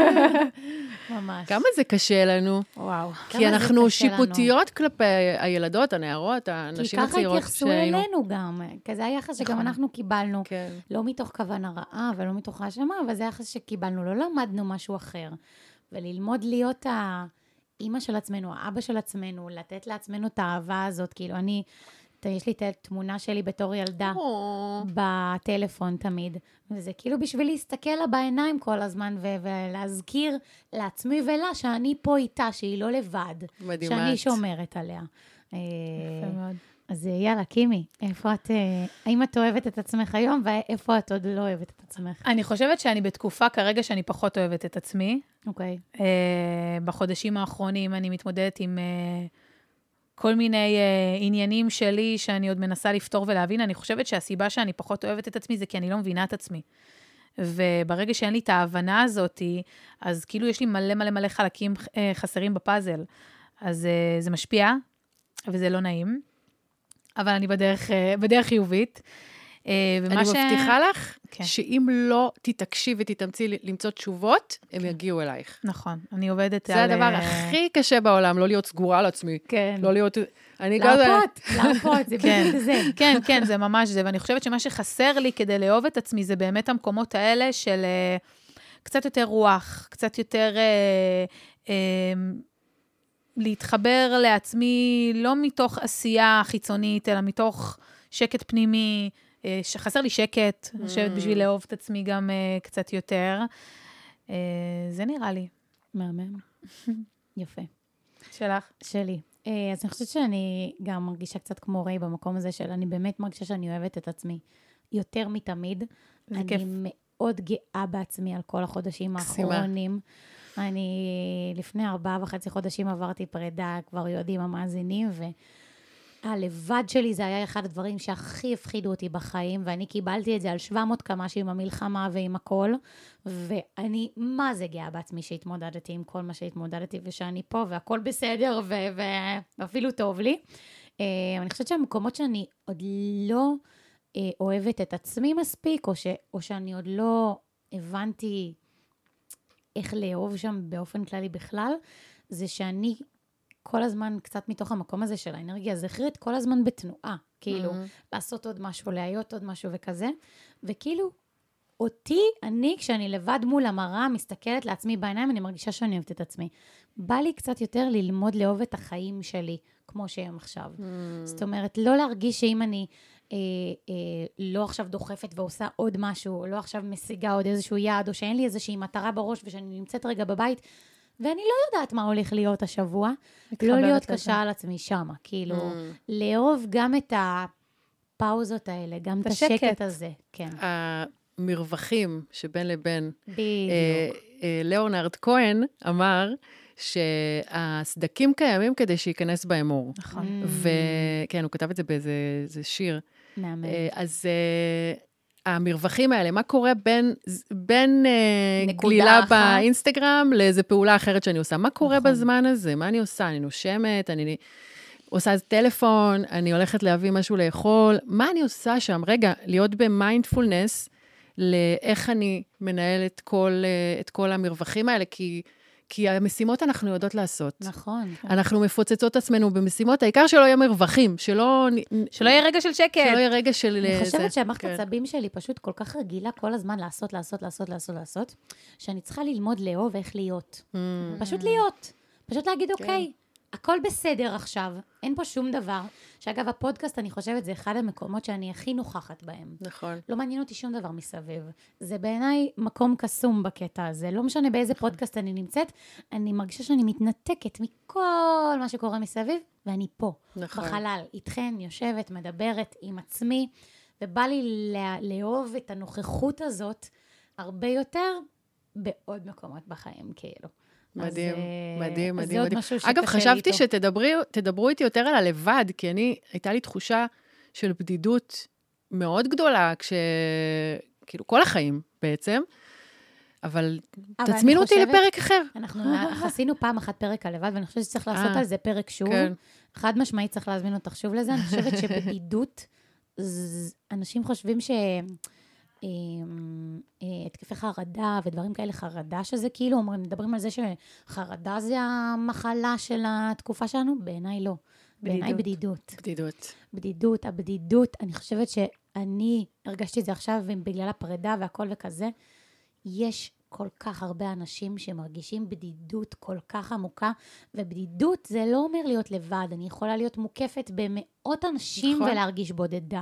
ממש. כמה זה קשה לנו. וואו. כי אנחנו שיפוטיות כלפי הילדות, הנערות, הנשים הצעירות כי ככה התייחסו אלינו גם. כזה היחס שגם אנחנו קיבלנו. לא מתוך כוונה רעה ולא מתוך האשמה, אבל זה היחס שקיבלנו. לא למדנו משהו אחר. וללמוד להיות האמא של עצמנו, האבא של עצמנו, לתת לעצמנו את האהבה הזאת. כאילו יש לי את התמונה שלי בתור ילדה בטלפון תמיד, וזה כאילו בשביל להסתכל לה בעיניים כל הזמן, ולהזכיר לעצמי ולה שאני פה איתה, שהיא לא לבד, שאני שומרת עליה. יפה מאוד. אז יאללה, קימי, האם את אוהבת את עצמך היום, ואיפה את עוד לא אוהבת את עצמך? אני חושבת שאני בתקופה כרגע שאני פחות אוהבת את עצמי. אוקיי. בחודשים האחרונים אני מתמודדת עם כל מיני עניינים שלי שאני עוד מנסה לפתור ולהבין. אני חושבת שהסיבה שאני פחות אוהבת את עצמי זה כי אני לא מבינה את עצמי. וברגע שאין לי את ההבנה הזאת, אז כאילו יש לי מלא חלקים חסרים בפאזל. אז זה משפיע, וזה לא נעים. אבל אני בדרך חיובית. אני מבטיחה לך שאם לא תתעקשי ותתאמצי למצוא תשובות, הם יגיעו אלייך. נכון, אני עובדת על... זה הדבר הכי קשה בעולם, לא להיות סגורה על עצמי. כן. לא להיות... להרפות, זה בדיוק זה. כן, זה ממש זה. ואני חושבת שמה שחסר לי כדי לאהוב את עצמי, זה באמת המקומות האלה של קצת יותר רוח, קצת יותר... להתחבר לעצמי, לא מתוך עשייה חיצונית, אלא מתוך שקט פנימי, שחסר לי שקט, אני חושבת בשביל לאהוב את עצמי גם קצת יותר. זה נראה לי. מהמם. יפה. שלך? שלי. אז אני חושבת שאני גם מרגישה קצת כמו ריי במקום הזה של, אני באמת מרגישה שאני אוהבת את עצמי יותר מתמיד. אני מאוד גאה בעצמי על כל החודשים האחרונים. אני לפני 4.5 חודשים עברתי פרידה, כבר יודעים המאזינים, והלבד שלי זה היה אחד הדברים שהכי הפחידו אותי בחיים, ואני קיבלתי את זה על 700 קמ"ש עם המלחמה ועם הכל, ואני מה זה גאה בעצמי שהתמודדתי עם כל מה שהתמודדתי, ושאני פה והכל בסדר, ואפילו טוב לי. אני חושבת שהמקומות שאני עוד לא אוהבת את עצמי מספיק, או שאני עוד לא הבנתי איך לאהוב שם באופן כללי בכלל, זה שאני כל הזמן קצת מתוך המקום הזה של האנרגיה הזכרית, כל הזמן בתנועה, כאילו, לעשות עוד משהו, להיות עוד משהו וכזה, וכאילו, אני, כשאני לבד מול המראה, מסתכלת לעצמי בעיניים, אני מרגישה שאני אוהבת את עצמי. בא לי קצת יותר ללמוד לאהוב את החיים שלי, כמו שהם עכשיו. זאת אומרת, לא להרגיש שאם אני לא עכשיו דוחפת ועושה עוד משהו, לא עכשיו משיגה עוד איזשהו יעד, או שאין לי איזושהי מטרה בראש, ושאני נמצאת רגע בבית, ואני לא יודעת מה הולך להיות השבוע, לא להיות קשה על עצמי שמה, כאילו, לאהוב גם את הפאוזות האלה, גם את השקט הזה. כן. המרווחים שבין לבין, ליאונרד כהן אמר, שהסדקים קיימים כדי שייכנס בהם אור. נכון. וכן, הוא כתב את זה באיזה שיר. אז המרווחים האלה, מה קורה בין גלילה באינסטגרם לאיזו פעולה אחרת שאני עושה? מה קורה בזמן הזה? מה אני עושה? אני נושמת, אני עושה איזה טלפון, אני הולכת להביא משהו לאכול. מה אני עושה שם? רגע, להיות במיינדפולנס, לאיך אני מנהלת את כל המרווחים האלה, כי כי המשימות אנחנו יודעות לעשות. נכון. אנחנו מפוצצות עצמנו במשימות, העיקר שלא יהיה מרווחים, שלא יהיה רגע של שקט. שלא יהיה רגע של... אני חושבת שהמערכת העצבים שלי פשוט כל כך רגילה כל הזמן לעשות, שאני צריכה ללמוד לאהוב איך להיות. פשוט להיות. פשוט להגיד, אוקיי, הכל בסדר עכשיו, אין פה שום דבר. שאגב, הפודקאסט, אני חושבת, זה אחד המקומות שאני הכי נוכחת בהם. נכון. לא מעניין אותי שום דבר מסביב. זה בעיניי מקום קסום בקטע הזה. לא משנה באיזה פודקאסט אני נמצאת, אני מרגישה שאני מתנתקת מכל מה שקורה מסביב, ואני פה. נכון. בחלל, איתכן, יושבת, מדברת עם עצמי, ובא לי לאהוב את הנוכחות הזאת הרבה יותר בעוד מקומות בחיים, כאילו. מדהים, מדהים, מדהים. זה עוד משהו שקשה לי אגב, חשבתי איתו. שתדברו איתי יותר על הלבד, כי הייתה לי תחושה של בדידות מאוד גדולה, כאילו כל החיים בעצם, אבל תזמינו אותי לפרק אחר. אנחנו עשינו פעם אחת פרק על לבד, ואני חושבת שצריך לעשות על זה פרק שוב. חד משמעית צריך להזמין אותך שוב לזה. אני חושבת שבדידות, אנשים חושבים התקפי חרדה ודברים כאלה, חרדה שזה כאילו, מדברים על זה שחרדה זה המחלה של התקופה שלנו, בעיניי לא. בעיניי בדידות. הבדידות, אני חושבת שאני הרגשתי את זה עכשיו, בגלל הפרידה והכל וכזה, יש כל כך הרבה אנשים שמרגישים בדידות כל כך עמוקה, ובדידות זה לא אומר להיות לבד, אני יכולה להיות מוקפת במאות אנשים ולהרגיש בודדה.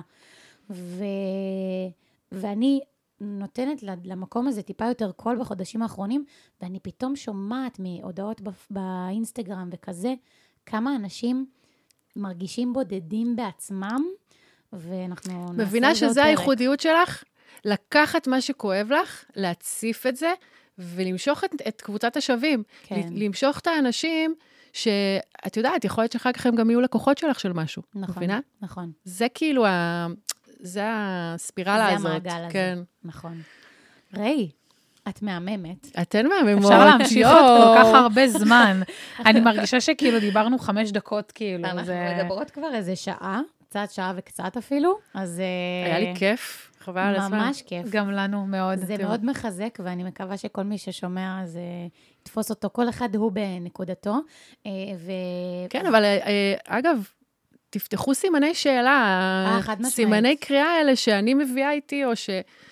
ואני נותנת למקום הזה טיפה יותר קול בחודשים האחרונים, ואני פתאום שומעת מהודעות באינסטגרם וכזה, כמה אנשים מרגישים בודדים בעצמם, ואנחנו נעשה את זה מבינה שזה הייחודיות שלך? לקחת מה שכואב לך, להציף את זה, ולמשוך את קבוצת השווים. כן. למשוך את האנשים שאת יודעת, יכול להיות שאחר כך הם גם יהיו לקוחות שלך של משהו. נכון, מבינה? נכון. זה כאילו זה הספירלה הזאת. זה המעגל הזה. כן. נכון. ראי, את מהממת. אתן מהממות. אפשר להמשיך עוד כל כך הרבה זמן. אני מרגישה שכאילו דיברנו 5 דקות, כאילו. אנחנו מדברות כבר איזה שעה, קצת שעה וקצת אפילו, אז... היה לי כיף, חבל על הזמן. ממש כיף. גם לנו מאוד. זה מאוד מחזק, ואני מקווה שכל מי ששומע, אז יתפוס אותו, כל אחד הוא בנקודתו. כן, אבל אגב, תפתחו סימני שאלה, חד משמעית. סימני קריאה האלה שאני מביאה איתי, או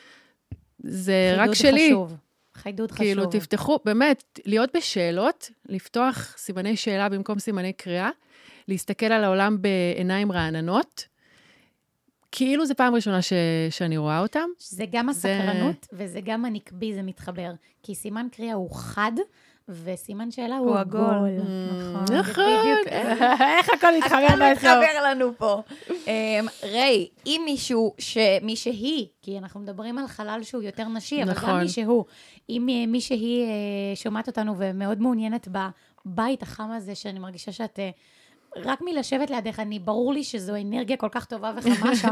שזה רק שלי. חידוד חשוב. כאילו, תפתחו, באמת, להיות בשאלות, לפתוח סימני שאלה במקום סימני קריאה, להסתכל על העולם בעיניים רעננות, כאילו זה פעם ראשונה שאני רואה אותם. זה גם הסקרנות, וזה גם הנקבי, זה מתחבר. כי סימן קריאה הוא חד, וסימן שאלה הוא עגול. נכון. איך הכל מתחבר הכל בסוף? מתחבר לנו פה. ריי, אם מי שהיא, כי אנחנו מדברים על חלל שהוא יותר נשי, אבל גם מי שהוא, אם מי שהיא שומעת אותנו ומאוד מעוניינת בבית החם הזה, שאני מרגישה שאת... רק מלשבת לידך, ברור לי שזו אנרגיה כל כך טובה וחמה שם.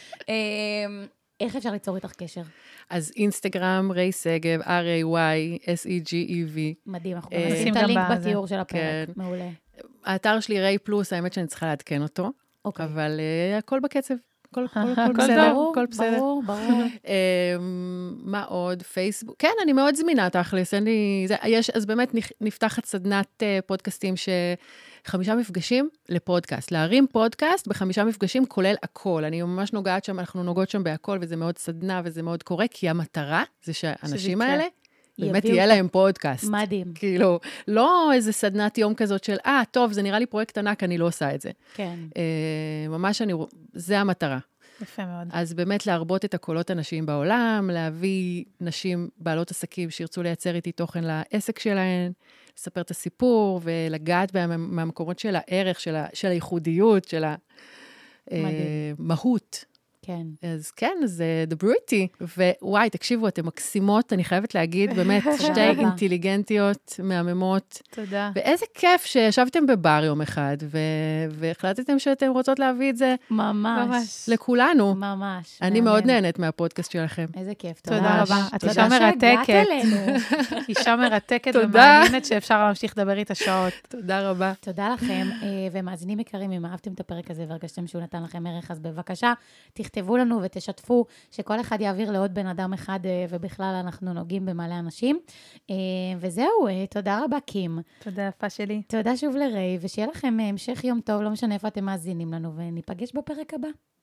איך אפשר ליצור איתך קשר? אז אינסטגרם, ריי סגב, R-A-Y-S-E-G-E-V. מדהים, אנחנו נשים את הלינק בתיאור של הפרק. מעולה. האתר שלי ריי פלוס, האמת שאני צריכה לעדכן אותו, אבל הכל בקצב. הכל בסדר. ברור. מה עוד? פייסבוק. כן, אני מאוד זמינה, תכלס. אז באמת נפתחת סדנת פודקאסטים 5 מפגשים לפודקאסט. להרים פודקאסט ב5 מפגשים, כולל הכל. אני ממש נוגעת שם, אנחנו נוגעות שם בהכל, וזה מאוד סדנה, וזה מאוד קורה, כי המטרה זה שהאנשים האלה, באמת יהיה להם פודקאסט. מדהים. כאילו, לא איזה סדנת יום כזאת של, טוב, זה נראה לי פרויקט ענק, אני לא עושה את זה. כן. ממש זה המטרה. יפה מאוד. אז באמת להרבות את הקולות הנשים בעולם, להביא נשים בעלות עסקים שירצו לייצר איתי תוכן לעסק שלהן, לספר את הסיפור ולגעת מהמקומות של הערך, של הייחודיות, של המהות. כן. אז כן, זה דברו איתי. ווואי, תקשיבו, אתן מקסימות, אני חייבת להגיד, באמת, שתי אינטליגנטיות, מהממות. תודה. ואיזה כיף שישבתם בבר יום אחד, והחלטתם שאתם רוצות להביא את זה ממש. לכולנו. ממש. אני מאוד נהנית מהפודקאסט שלכם. איזה כיף, תודה רבה. את תודה אישה מרתקת. אישה מרתקת ומעניינת שאפשר להמשיך לדבר איתה שעות. תודה רבה. תודה לכם, ומאזינים יקרים, אם אהבתם את הפרק הזה והרגשתם שהוא נתן לכם ערך, אז בבקשה, תכתבו תכתבו לנו ותשתפו, שכל אחד יעביר לעוד בן אדם אחד, ובכלל אנחנו נוגעים במלא אנשים. וזהו, תודה רבה, קים. תודה יפה שלי. תודה שוב לריי, ושיהיה לכם המשך יום טוב, לא משנה איפה אתם מאזינים לנו, וניפגש בפרק הבא.